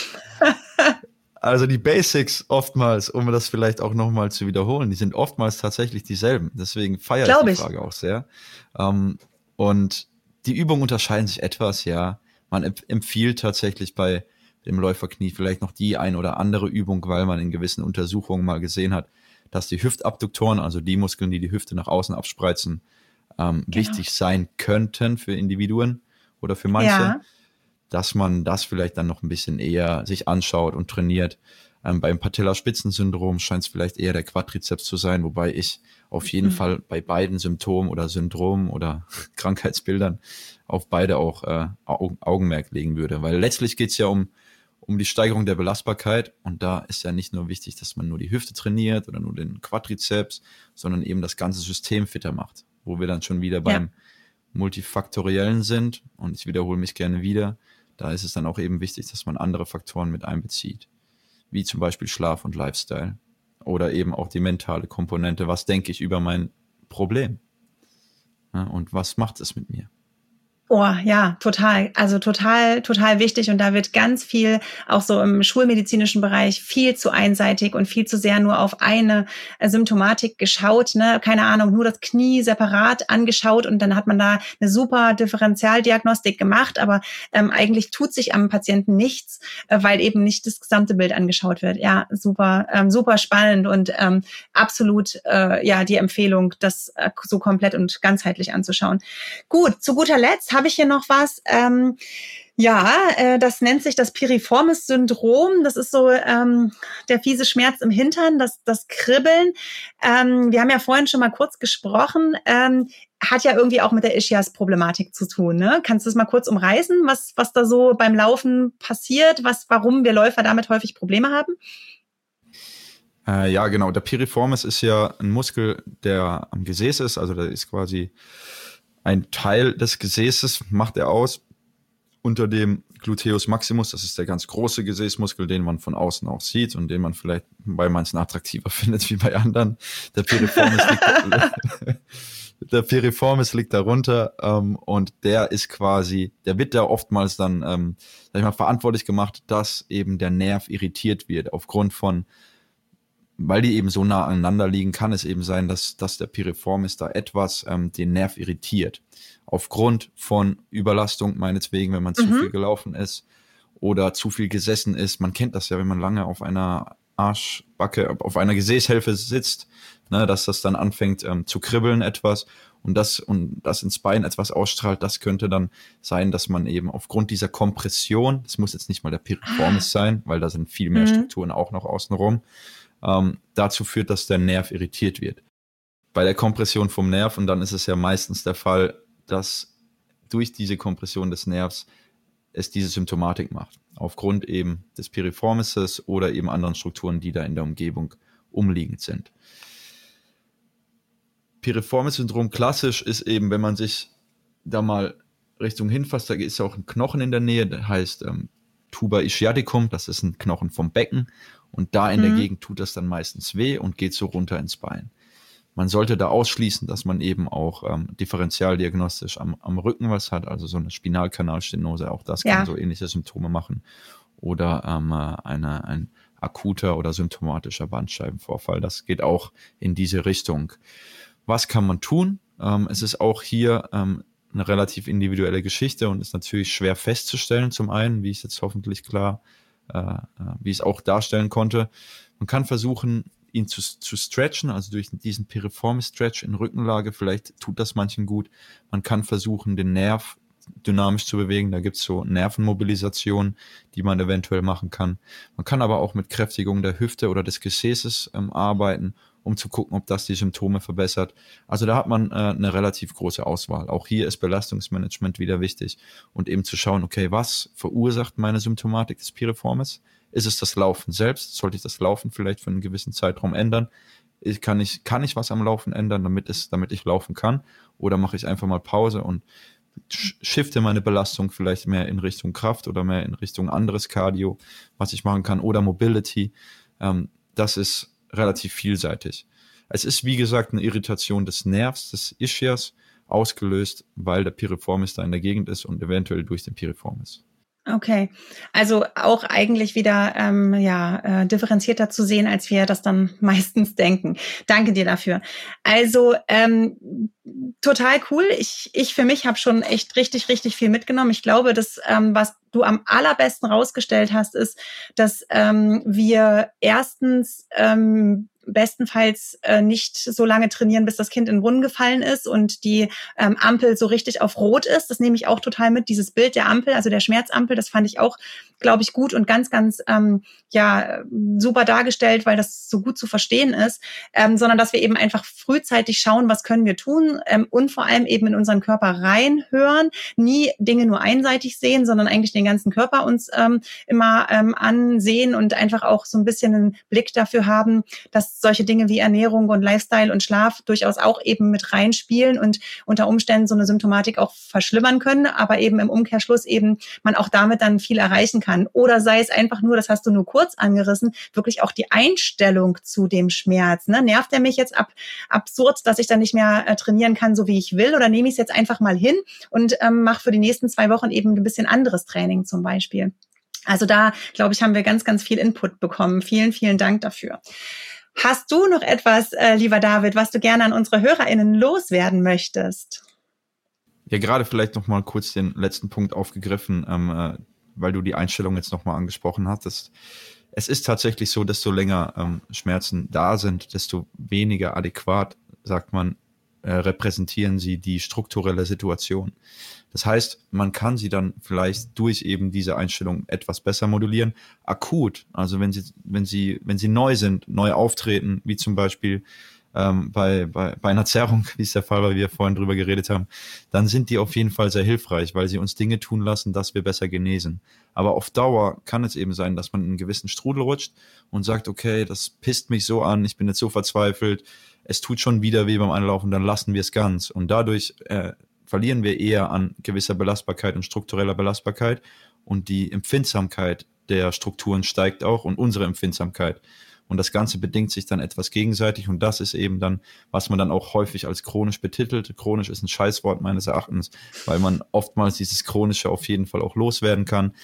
Also die Basics oftmals, um das vielleicht auch nochmal zu wiederholen, die sind oftmals tatsächlich dieselben. Deswegen feiere ich die Frage auch sehr. Und die Übungen unterscheiden sich etwas, ja. Man empfiehlt tatsächlich bei dem Läuferknie vielleicht noch die ein oder andere Übung, weil man in gewissen Untersuchungen mal gesehen hat, dass die Hüftabduktoren, also die Muskeln, die die Hüfte nach außen abspreizen, wichtig sein könnten für Individuen oder für manche, dass man das vielleicht dann noch ein bisschen eher sich anschaut und trainiert. Beim Patellaspitzensyndrom scheint es vielleicht eher der Quadrizeps zu sein, wobei ich auf jeden Fall bei beiden Symptomen oder Syndromen oder Krankheitsbildern auf beide auch Augenmerk legen würde. Weil letztlich geht es ja um die Steigerung der Belastbarkeit und da ist ja nicht nur wichtig, dass man nur die Hüfte trainiert oder nur den Quadrizeps, sondern eben das ganze System fitter macht, wo wir dann schon wieder beim Multifaktoriellen sind und ich wiederhole mich gerne wieder, da ist es dann auch eben wichtig, dass man andere Faktoren mit einbezieht, wie zum Beispiel Schlaf und Lifestyle oder eben auch die mentale Komponente, was denke ich über mein Problem, ja, und was macht es mit mir? Oh ja, total. Also total wichtig. Und da wird ganz viel, auch so im schulmedizinischen Bereich, viel zu einseitig und viel zu sehr nur auf eine Symptomatik geschaut. Ne? Keine Ahnung, nur das Knie separat angeschaut und dann hat man da eine super Differentialdiagnostik gemacht. Aber eigentlich tut sich am Patienten nichts, weil eben nicht das gesamte Bild angeschaut wird. Ja, super spannend und absolut die Empfehlung, das so komplett und ganzheitlich anzuschauen. Gut, zu guter Letzt habe ich hier noch was. Das nennt sich das Piriformis-Syndrom. Das ist so der fiese Schmerz im Hintern, das Kribbeln. Wir haben ja vorhin schon mal kurz gesprochen. Hat ja irgendwie auch mit der Ischias-Problematik zu tun. Ne? Kannst du das mal kurz umreißen, was da so beim Laufen passiert, warum wir Läufer damit häufig Probleme haben? Ja, genau. Der Piriformis ist ja ein Muskel, der am Gesäß ist. Also da ist quasi ein Teil des Gesäßes, macht er aus, unter dem Gluteus maximus. Das ist der ganz große Gesäßmuskel, den man von außen auch sieht und den man vielleicht bei manchen attraktiver findet wie bei anderen. Der Piriformis Der Piriformis liegt darunter und der wird da oftmals dann, sag ich mal, verantwortlich gemacht, dass eben der Nerv irritiert wird. Weil die eben so nah aneinander liegen, kann es eben sein, dass der Piriformis da etwas den Nerv irritiert. Aufgrund von Überlastung, meinetwegen, wenn man zu viel gelaufen ist oder zu viel gesessen ist. Man kennt das ja, wenn man lange auf einer Arschbacke, auf einer Gesäßhälfte sitzt, ne, dass das dann anfängt zu kribbeln etwas und das ins Bein etwas ausstrahlt. Das könnte dann sein, dass man eben aufgrund dieser Kompression, das muss jetzt nicht mal der Piriformis sein, weil da sind viel mehr Strukturen auch noch außenrum, dazu führt, dass der Nerv irritiert wird. Bei der Kompression vom Nerv, und dann ist es ja meistens der Fall, dass durch diese Kompression des Nervs es diese Symptomatik macht. Aufgrund eben des Piriformises oder eben anderen Strukturen, die da in der Umgebung umliegend sind. Piriformis-Syndrom klassisch ist eben, wenn man sich da mal Richtung hinfasst, da ist auch ein Knochen in der Nähe, der heißt Tuba ischiaticum, das ist ein Knochen vom Becken und da in der Gegend tut das dann meistens weh und geht so runter ins Bein. Man sollte da ausschließen, dass man eben auch differentialdiagnostisch am Rücken was hat, also so eine Spinalkanalstenose, auch das kann so ähnliche Symptome machen. Oder ein akuter oder symptomatischer Bandscheibenvorfall, das geht auch in diese Richtung. Was kann man tun? Es ist auch hier eine relativ individuelle Geschichte und ist natürlich schwer festzustellen, zum einen, wie ich es jetzt hoffentlich wie ich es auch darstellen konnte. Man kann versuchen, ihn zu stretchen, also durch diesen Piriformis-Stretch in Rückenlage, vielleicht tut das manchen gut. Man kann versuchen, den Nerv dynamisch zu bewegen, da gibt es so Nervenmobilisationen, die man eventuell machen kann. Man kann aber auch mit Kräftigung der Hüfte oder des Gesäßes arbeiten, um zu gucken, ob das die Symptome verbessert. Also da hat man eine relativ große Auswahl. Auch hier ist Belastungsmanagement wieder wichtig und eben zu schauen, okay, was verursacht meine Symptomatik des Piriformis? Ist es das Laufen selbst? Sollte ich das Laufen vielleicht für einen gewissen Zeitraum ändern? Kann ich was am Laufen ändern, damit ich laufen kann? Oder mache ich einfach mal Pause und shifte meine Belastung vielleicht mehr in Richtung Kraft oder mehr in Richtung anderes Cardio, was ich machen kann, oder Mobility. Das ist relativ vielseitig. Es ist, wie gesagt, eine Irritation des Nervs, des Ischias, ausgelöst, weil der Piriformis da in der Gegend ist und eventuell durch den Piriformis. Okay, also auch eigentlich wieder differenzierter zu sehen, als wir das dann meistens denken. Danke dir dafür. Also total cool. Ich für mich habe schon echt richtig, richtig viel mitgenommen. Ich glaube, dass was du am allerbesten rausgestellt hast, ist, dass wir erstens bestenfalls nicht so lange trainieren, bis das Kind in den Brunnen gefallen ist und die Ampel so richtig auf Rot ist. Das nehme ich auch total mit, dieses Bild der Ampel, also der Schmerzampel, das fand ich auch, glaube ich, gut und ganz, ganz super dargestellt, weil das so gut zu verstehen ist, sondern dass wir eben einfach frühzeitig schauen, was können wir tun und vor allem eben in unseren Körper reinhören, nie Dinge nur einseitig sehen, sondern eigentlich den ganzen Körper uns immer ansehen und einfach auch so ein bisschen einen Blick dafür haben, dass solche Dinge wie Ernährung und Lifestyle und Schlaf durchaus auch eben mit reinspielen und unter Umständen so eine Symptomatik auch verschlimmern können, aber eben im Umkehrschluss eben man auch damit dann viel erreichen kann. Oder sei es einfach nur, das hast du nur kurz angerissen, wirklich auch die Einstellung zu dem Schmerz. Ne? Nervt der mich jetzt absurd, dass ich dann nicht mehr trainieren kann, so wie ich will? Oder nehme ich es jetzt einfach mal hin und mache für die nächsten 2 Wochen eben ein bisschen anderes Training zum Beispiel? Also da, glaube ich, haben wir ganz, ganz viel Input bekommen. Vielen, vielen Dank dafür. Hast du noch etwas, lieber David, was du gerne an unsere HörerInnen loswerden möchtest? Ja, gerade vielleicht noch mal kurz den letzten Punkt aufgegriffen, weil du die Einstellung jetzt noch mal angesprochen hattest. Es ist tatsächlich so, desto länger Schmerzen da sind, desto weniger adäquat, sagt man, repräsentieren sie die strukturelle Situation. Das heißt, man kann sie dann vielleicht durch eben diese Einstellung etwas besser modulieren. Akut, also wenn sie neu sind, neu auftreten, wie zum Beispiel bei einer Zerrung, wie es der Fall war, wie wir vorhin drüber geredet haben, dann sind die auf jeden Fall sehr hilfreich, weil sie uns Dinge tun lassen, dass wir besser genesen. Aber auf Dauer kann es eben sein, dass man in einen gewissen Strudel rutscht und sagt, okay, das pisst mich so an, ich bin jetzt so verzweifelt, es tut schon wieder weh beim Anlaufen, dann lassen wir es ganz. Und dadurch verlieren wir eher an gewisser Belastbarkeit und struktureller Belastbarkeit und die Empfindsamkeit der Strukturen steigt auch und unsere Empfindsamkeit. Und das Ganze bedingt sich dann etwas gegenseitig und das ist eben dann, was man dann auch häufig als chronisch betitelt. Chronisch ist ein Scheißwort meines Erachtens, weil man oftmals dieses Chronische auf jeden Fall auch loswerden kann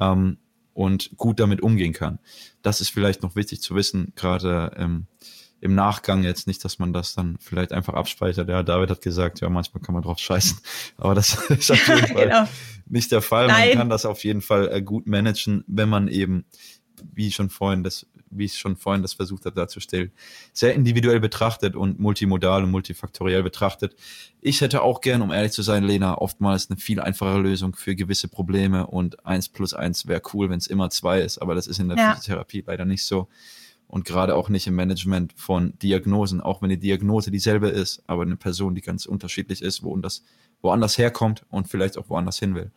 und gut damit umgehen kann. Das ist vielleicht noch wichtig zu wissen, gerade im Nachgang jetzt nicht, dass man das dann vielleicht einfach abspeichert. Ja, David hat gesagt, ja, manchmal kann man drauf scheißen, aber das ist auf jeden Fall nicht der Fall. Nein. Man kann das auf jeden Fall gut managen, wenn man eben, wie ich schon vorhin das versucht habe darzustellen, sehr individuell betrachtet und multimodal und multifaktoriell betrachtet. Ich hätte auch gern, um ehrlich zu sein, Lena, oftmals eine viel einfachere Lösung für gewisse Probleme und 1 + 1 wäre cool, wenn es immer 2 ist, aber das ist in der Physiotherapie leider nicht so und gerade auch nicht im Management von Diagnosen, auch wenn die Diagnose dieselbe ist, aber eine Person, die ganz unterschiedlich ist, woanders herkommt und vielleicht auch woanders hin will.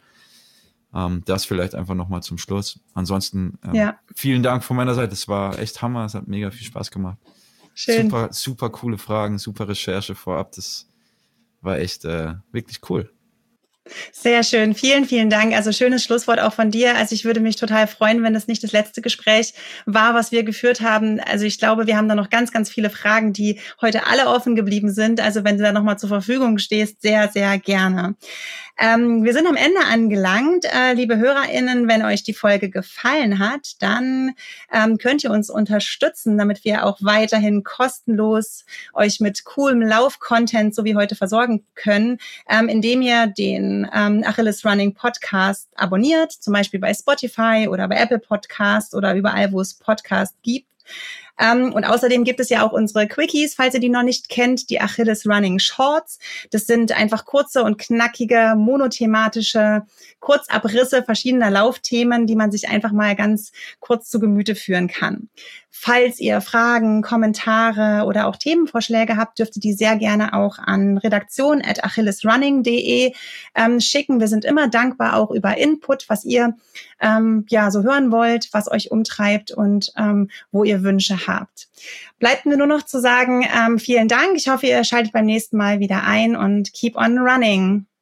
Das vielleicht einfach nochmal zum Schluss. Ansonsten vielen Dank von meiner Seite. Es war echt Hammer. Es hat mega viel Spaß gemacht. Schön. Super coole Fragen, super Recherche vorab. Das war echt wirklich cool. Sehr schön. Vielen, vielen Dank. Also schönes Schlusswort auch von dir. Also ich würde mich total freuen, wenn das nicht das letzte Gespräch war, was wir geführt haben. Also ich glaube, wir haben da noch ganz, ganz viele Fragen, die heute alle offen geblieben sind. Also wenn du da nochmal zur Verfügung stehst, sehr, sehr gerne. Wir sind am Ende angelangt. Liebe HörerInnen, wenn euch die Folge gefallen hat, dann könnt ihr uns unterstützen, damit wir auch weiterhin kostenlos euch mit coolem Lauf-Content so wie heute versorgen können, indem ihr den Achilles Running Podcast abonniert, zum Beispiel bei Spotify oder bei Apple Podcast oder überall, wo es Podcasts gibt. Und außerdem gibt es ja auch unsere Quickies, falls ihr die noch nicht kennt, die Achilles Running Shorts. Das sind einfach kurze und knackige, monothematische Kurzabrisse verschiedener Laufthemen, die man sich einfach mal ganz kurz zu Gemüte führen kann. Falls ihr Fragen, Kommentare oder auch Themenvorschläge habt, dürft ihr die sehr gerne auch an redaktion@achillesrunning.de schicken. Wir sind immer dankbar auch über Input, was ihr so hören wollt, was euch umtreibt und wo ihr Wünsche habt. Bleibt mir nur noch zu sagen, vielen Dank. Ich hoffe, ihr schaltet beim nächsten Mal wieder ein und keep on running.